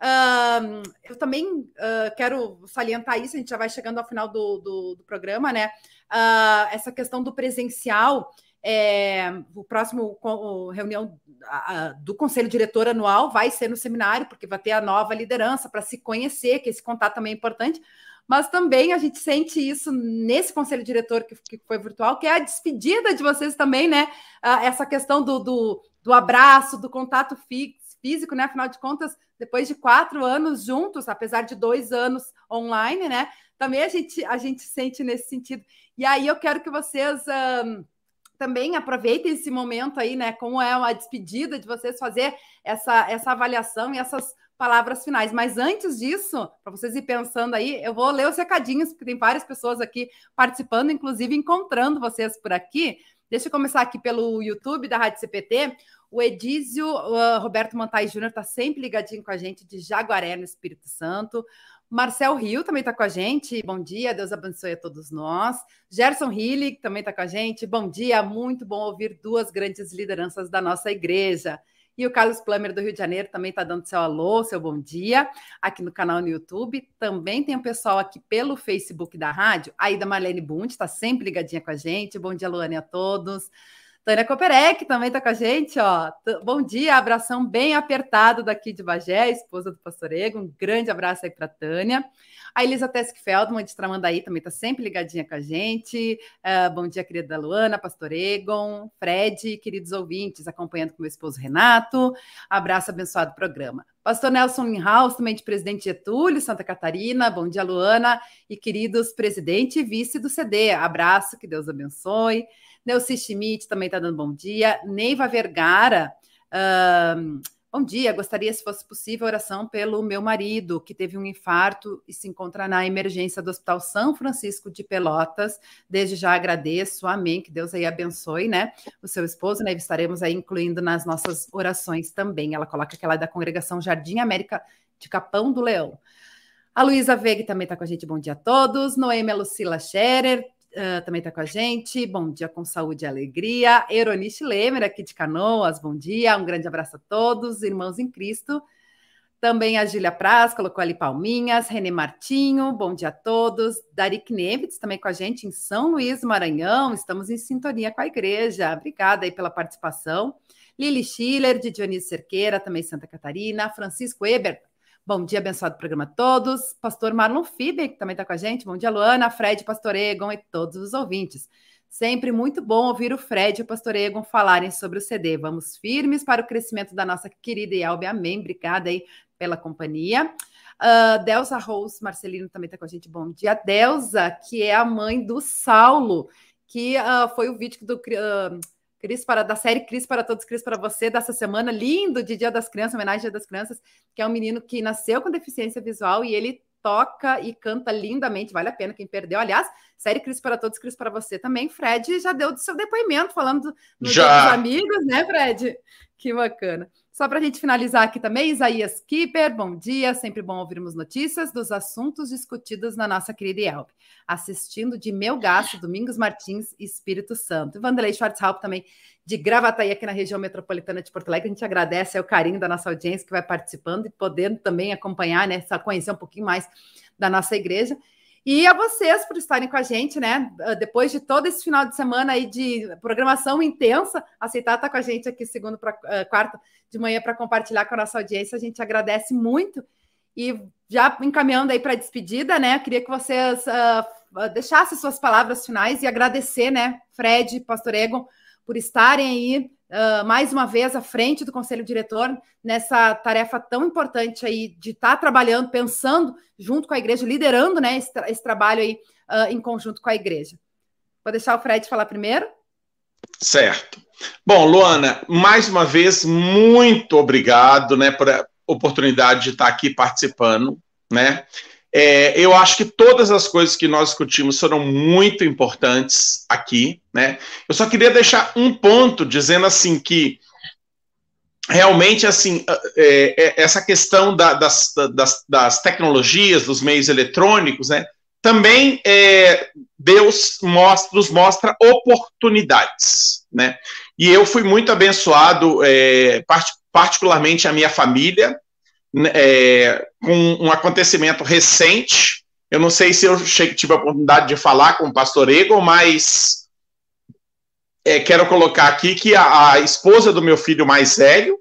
uh, eu também uh, quero salientar isso, a gente já vai chegando ao final do, do, do programa, né? Uh, essa questão do presencial, é, o próximo o, reunião a, a, do Conselho Diretor Anual vai ser no seminário, porque vai ter a nova liderança para se conhecer, que esse contato também é importante, mas também a gente sente isso nesse Conselho Diretor que, que foi virtual, que é a despedida de vocês também, né? Uh, essa questão do, do, do abraço, do contato fixo, físico, né? Afinal de contas, depois de quatro anos juntos, apesar de dois anos online, né? Também a gente, a gente sente nesse sentido. E aí eu quero que vocês um, também aproveitem esse momento aí, né? Como é uma despedida de vocês fazer essa, essa avaliação e essas palavras finais. Mas antes disso, para vocês ir pensando aí, eu vou ler os recadinhos, porque tem várias pessoas aqui participando, inclusive encontrando vocês por aqui. Deixa eu começar aqui pelo YouTube da Rádio C P T. O Edísio uh, Roberto Montais Júnior está sempre ligadinho com a gente, de Jaguaré, no Espírito Santo. Marcel Rio também está com a gente. Bom dia, Deus abençoe a todos nós. Gerson Hillig também está com a gente. Bom dia, muito bom ouvir duas grandes lideranças da nossa igreja. E o Carlos Plummer, do Rio de Janeiro, também está dando seu alô, seu bom dia, aqui no canal no YouTube. Também tem o pessoal aqui pelo Facebook da rádio. A Ida Marlene Bund está sempre ligadinha com a gente. Bom dia, Luane, a todos. Tânia Koperek também está com a gente, ó. Bom dia, abração bem apertado daqui de Bagé, esposa do Pastor Egon. Um grande abraço aí para a Tânia. A Elisa Tesk Feldman, de Tramandaí, também está sempre ligadinha com a gente. Uh, bom dia, querida Luana, Pastor Egon, Fred, queridos ouvintes, acompanhando com meu esposo Renato. Abraço, abençoado programa. Pastor Nelson Linhaus, também de Presidente Getúlio, Santa Catarina. Bom dia, Luana. E queridos presidente e vice do C D. Abraço, que Deus abençoe. Neuci Schmidt também está dando bom dia. Neiva Vergara, uh, bom dia. Gostaria, se fosse possível, oração pelo meu marido, que teve um infarto e se encontra na emergência do Hospital São Francisco de Pelotas. Desde já agradeço, amém. Que Deus aí abençoe, né? O seu esposo, né? Estaremos aí incluindo nas nossas orações também. Ela coloca aquela da Congregação Jardim América de Capão do Leão. A Luísa Veiga também está com a gente. Bom dia a todos. Noêmia Lucila Scherer Uh, também está com a gente. Bom dia com saúde e alegria. Eronice Lemer, aqui de Canoas, bom dia. Um grande abraço a todos, irmãos em Cristo. Também a Gília Praz colocou ali palminhas. Renê Martinho, bom dia a todos. Darik Nevitz também com a gente em São Luís, Maranhão. Estamos em sintonia com a igreja. Obrigada aí pela participação. Lili Schiller, de Dionísio Cerqueira, também Santa Catarina. Francisco Eber, bom dia, abençoado programa a todos. Pastor Marlon Fibe, que também está com a gente. Bom dia, Luana, Fred, Pastor Egon e todos os ouvintes. Sempre muito bom ouvir o Fred e o Pastor Egon falarem sobre o C D. Vamos firmes para o crescimento da nossa querida Yelbe. Amém. Obrigada aí pela companhia. Uh, Delza Rose Marcelino também está com a gente. Bom dia, Delza, que é a mãe do Saulo, que uh, foi o vídeo do... Uh, Cris para, da série Cris para Todos, Cris para Você, dessa semana, lindo, de Dia das Crianças, homenagem ao Dia das Crianças, que é um menino que nasceu com deficiência visual e ele toca e canta lindamente, vale a pena quem perdeu. Aliás, série Cris para Todos, Cris para Você também, Fred já deu do seu depoimento, falando no Dia dos Amigos, né, Fred? Que bacana. Só para a gente finalizar aqui também, Isaías Kipper, bom dia, sempre bom ouvirmos notícias dos assuntos discutidos na nossa querida Yelbe. Assistindo de Melgaço, Domingos Martins, Espírito Santo. E Vanderlei Schwarzhaupt também, de Gravataí, aqui na região metropolitana de Porto Alegre. A gente agradece o carinho da nossa audiência que vai participando e podendo também acompanhar, né, conhecer um pouquinho mais da nossa igreja. E a vocês por estarem com a gente, né? Depois de todo esse final de semana aí de programação intensa, aceitar estar com a gente aqui segunda para uh, quarta de manhã para compartilhar com a nossa audiência. A gente agradece muito. E já encaminhando aí para a despedida, né? Queria que vocês uh, deixassem suas palavras finais e agradecer, né, Fred, Pastor Egon, por estarem aí uh, mais uma vez à frente do Conselho Diretor nessa tarefa tão importante aí de estar trabalhando, pensando junto com a igreja, liderando, né, esse, esse trabalho aí uh, em conjunto com a igreja. Vou deixar o Fred falar primeiro. Certo. Bom, Luana, mais uma vez, muito obrigado, né, por a oportunidade de estar aqui participando, né? É, eu acho que todas as coisas que nós discutimos foram muito importantes aqui, né? Eu só queria deixar um ponto dizendo assim que realmente assim é, é, essa questão da, das, das, das tecnologias, dos meios eletrônicos, né? Também é, Deus mostra, nos mostra oportunidades, né? E eu fui muito abençoado, é, part, particularmente a minha família, É, com um acontecimento recente. Eu não sei se eu tive a oportunidade de falar com o pastor Egon, mas é, quero colocar aqui que a, a esposa do meu filho mais velho,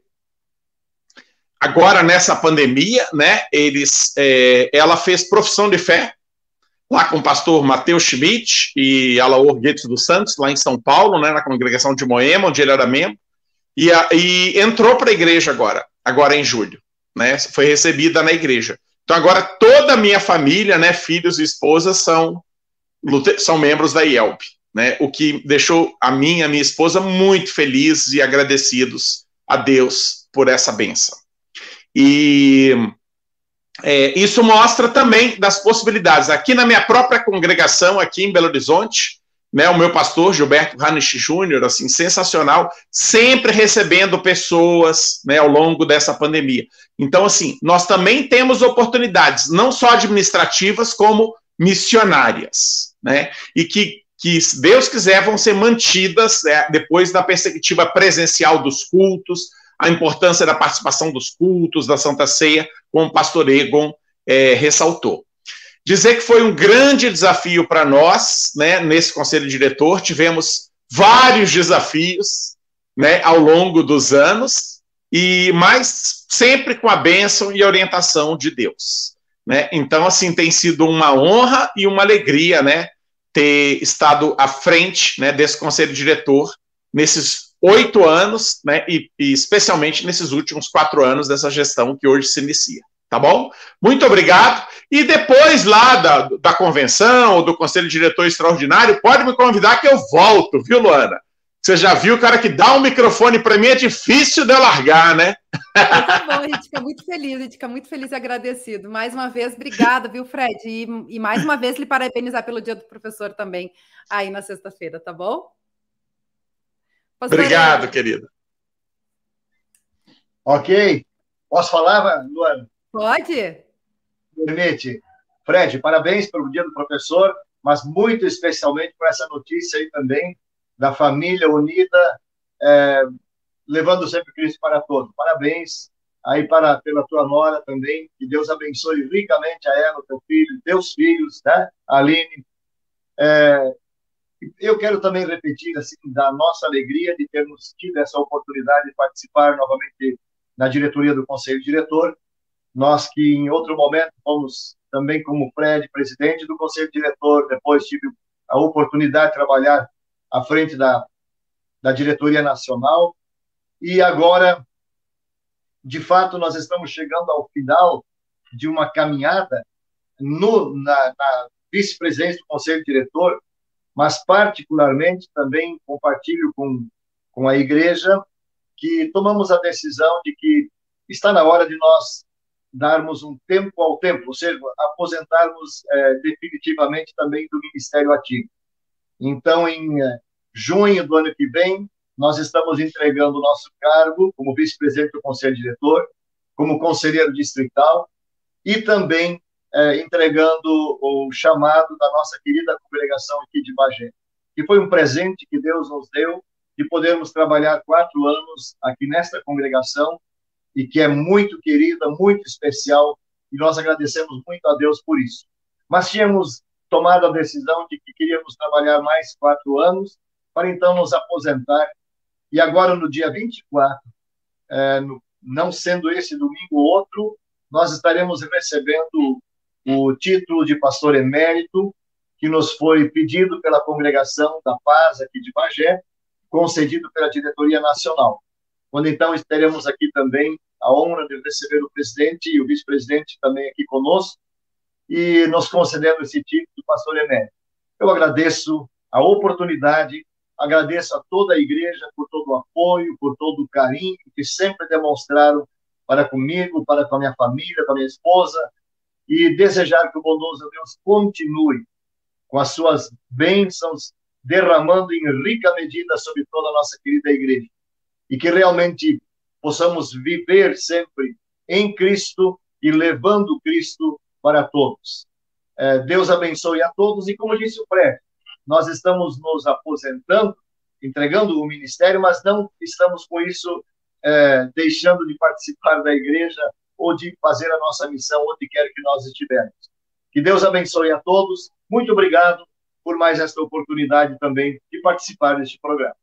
agora nessa pandemia, né, eles, é, ela fez profissão de fé lá com o pastor Matheus Schmidt e Alaor Guedes dos Santos, lá em São Paulo, né, na congregação de Moema, onde ele era membro, e, a, e entrou para a igreja agora. agora em julho, né? Foi recebida na igreja. Então agora toda a minha família, né, filhos e esposas são, são membros da I E L B, né? O que deixou a mim e a minha esposa muito felizes e agradecidos a Deus por essa bênção. E é, isso mostra também das possibilidades. Aqui na minha própria congregação, aqui em Belo Horizonte, né, o meu pastor, Gilberto Hanisch Júnior, assim, sensacional, sempre recebendo pessoas, né, ao longo dessa pandemia. Então, assim, nós também temos oportunidades, não só administrativas, como missionárias, né, e que, que se Deus quiser, vão ser mantidas, né, depois da perspectiva presencial dos cultos, a importância da participação dos cultos, da Santa Ceia, como o pastor Egon é, ressaltou. Dizer que foi um grande desafio para nós, né, nesse conselho diretor, tivemos vários desafios, né, ao longo dos anos, e mas sempre com a bênção e a orientação de Deus, né? Então, assim, tem sido uma honra e uma alegria, né, ter estado à frente, né, desse conselho diretor nesses oito anos, né, e, e especialmente nesses últimos quatro anos dessa gestão que hoje se inicia. Tá bom? Muito obrigado. E depois lá da, da convenção ou do Conselho Diretor Extraordinário, pode me convidar que eu volto, viu, Luana? Você já viu o cara que dá um microfone para mim, é difícil de eu largar, né? Tá bom, a gente fica muito feliz, a gente fica muito feliz e agradecido. Mais uma vez, obrigada, viu, Fred? E, e mais uma vez, lhe parabenizar pelo Dia do Professor também, aí na sexta-feira, tá bom? Pastor Obrigado, querida. Ok. Posso falar, Luana? Pode. Permite. Fred, parabéns pelo Dia do Professor, mas muito especialmente por essa notícia aí também da família unida, é, levando sempre Cristo para todos. Parabéns aí para, pela tua nora também, que Deus abençoe ricamente a ela, o teu filho, teus filhos, né, Aline. É, eu quero também repetir, assim, da nossa alegria de termos tido essa oportunidade de participar novamente na diretoria do Conselho Diretor. Nós que em outro momento fomos também como Fred, presidente do Conselho Diretor, depois tive a oportunidade de trabalhar à frente da, da diretoria nacional, e agora, de fato, nós estamos chegando ao final de uma caminhada no, na, na vice-presidência do Conselho Diretor, mas particularmente também compartilho com, com a igreja que tomamos a decisão de que está na hora de nós darmos um tempo ao tempo, ou seja, aposentarmos é, definitivamente também do Ministério Ativo. Então, em é, junho do ano que vem, nós estamos entregando o nosso cargo como vice-presidente do Conselho Diretor, como conselheiro distrital, e também é, entregando o chamado da nossa querida congregação aqui de Bagé, que foi um presente que Deus nos deu de podermos trabalhar quatro anos aqui nesta congregação, e que é muito querida, muito especial, e nós agradecemos muito a Deus por isso. Mas tínhamos tomado a decisão de que queríamos trabalhar mais quatro anos, para então nos aposentar, e agora no dia vinte e quatro, é, no, não sendo esse domingo ou outro, nós estaremos recebendo o título de pastor emérito, que nos foi pedido pela Congregação da Paz aqui de Bagé, concedido pela Diretoria Nacional. Quando então estaremos aqui também a honra de receber o presidente e o vice-presidente também aqui conosco, e nos concedendo esse título de pastor emérito. Eu agradeço a oportunidade, agradeço a toda a igreja por todo o apoio, por todo o carinho que sempre demonstraram para comigo, para com a minha família, com a minha esposa, e desejar que o bondoso Deus continue com as suas bênçãos derramando em rica medida sobre toda a nossa querida igreja. E que realmente possamos viver sempre em Cristo e levando Cristo para todos. É, Deus abençoe a todos, e como disse o Fred, nós estamos nos aposentando, entregando o ministério, mas não estamos com isso é, deixando de participar da igreja ou de fazer a nossa missão onde quer que nós estivermos. Que Deus abençoe a todos. Muito obrigado por mais esta oportunidade também de participar deste programa.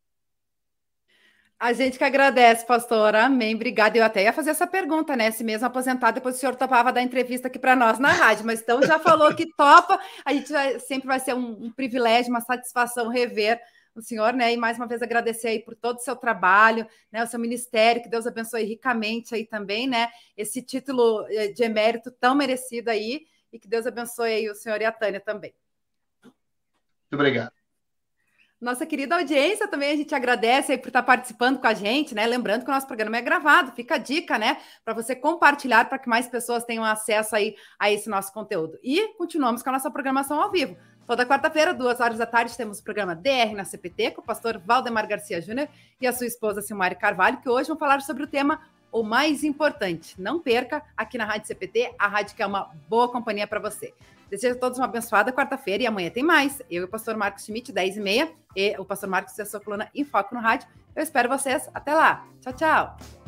A gente que agradece, pastora. Amém. Obrigada. Eu até ia fazer essa pergunta, né? Se mesmo aposentado, depois o senhor topava dar entrevista aqui para nós na rádio. Mas então já falou que topa. A gente vai, sempre vai ser um, um privilégio, uma satisfação rever o senhor, né? E mais uma vez agradecer aí por todo o seu trabalho, né? O seu ministério, que Deus abençoe ricamente aí também, né? Esse título de emérito tão merecido aí, e que Deus abençoe aí o senhor e a Tânia também. Muito obrigado. Nossa querida audiência também, a gente agradece aí por estar participando com a gente, né? Lembrando que o nosso programa é gravado, fica a dica, né? Para você compartilhar, para que mais pessoas tenham acesso aí a esse nosso conteúdo. E continuamos com a nossa programação ao vivo. Toda quarta-feira, duas horas da tarde, temos o programa D R na C P T, com o pastor Valdemar Garcia Júnior e a sua esposa Silmari Carvalho, que hoje vão falar sobre o tema O Mais Importante. Não perca, aqui na Rádio C P T, a rádio que é uma boa companhia para você. Desejo a todos uma abençoada quarta-feira e amanhã tem mais. Eu e o pastor Marcos Schmidt, dez e meia, e o pastor Marcos e a sua coluna Em Foco no Rádio. Eu espero vocês. Até lá. Tchau, tchau.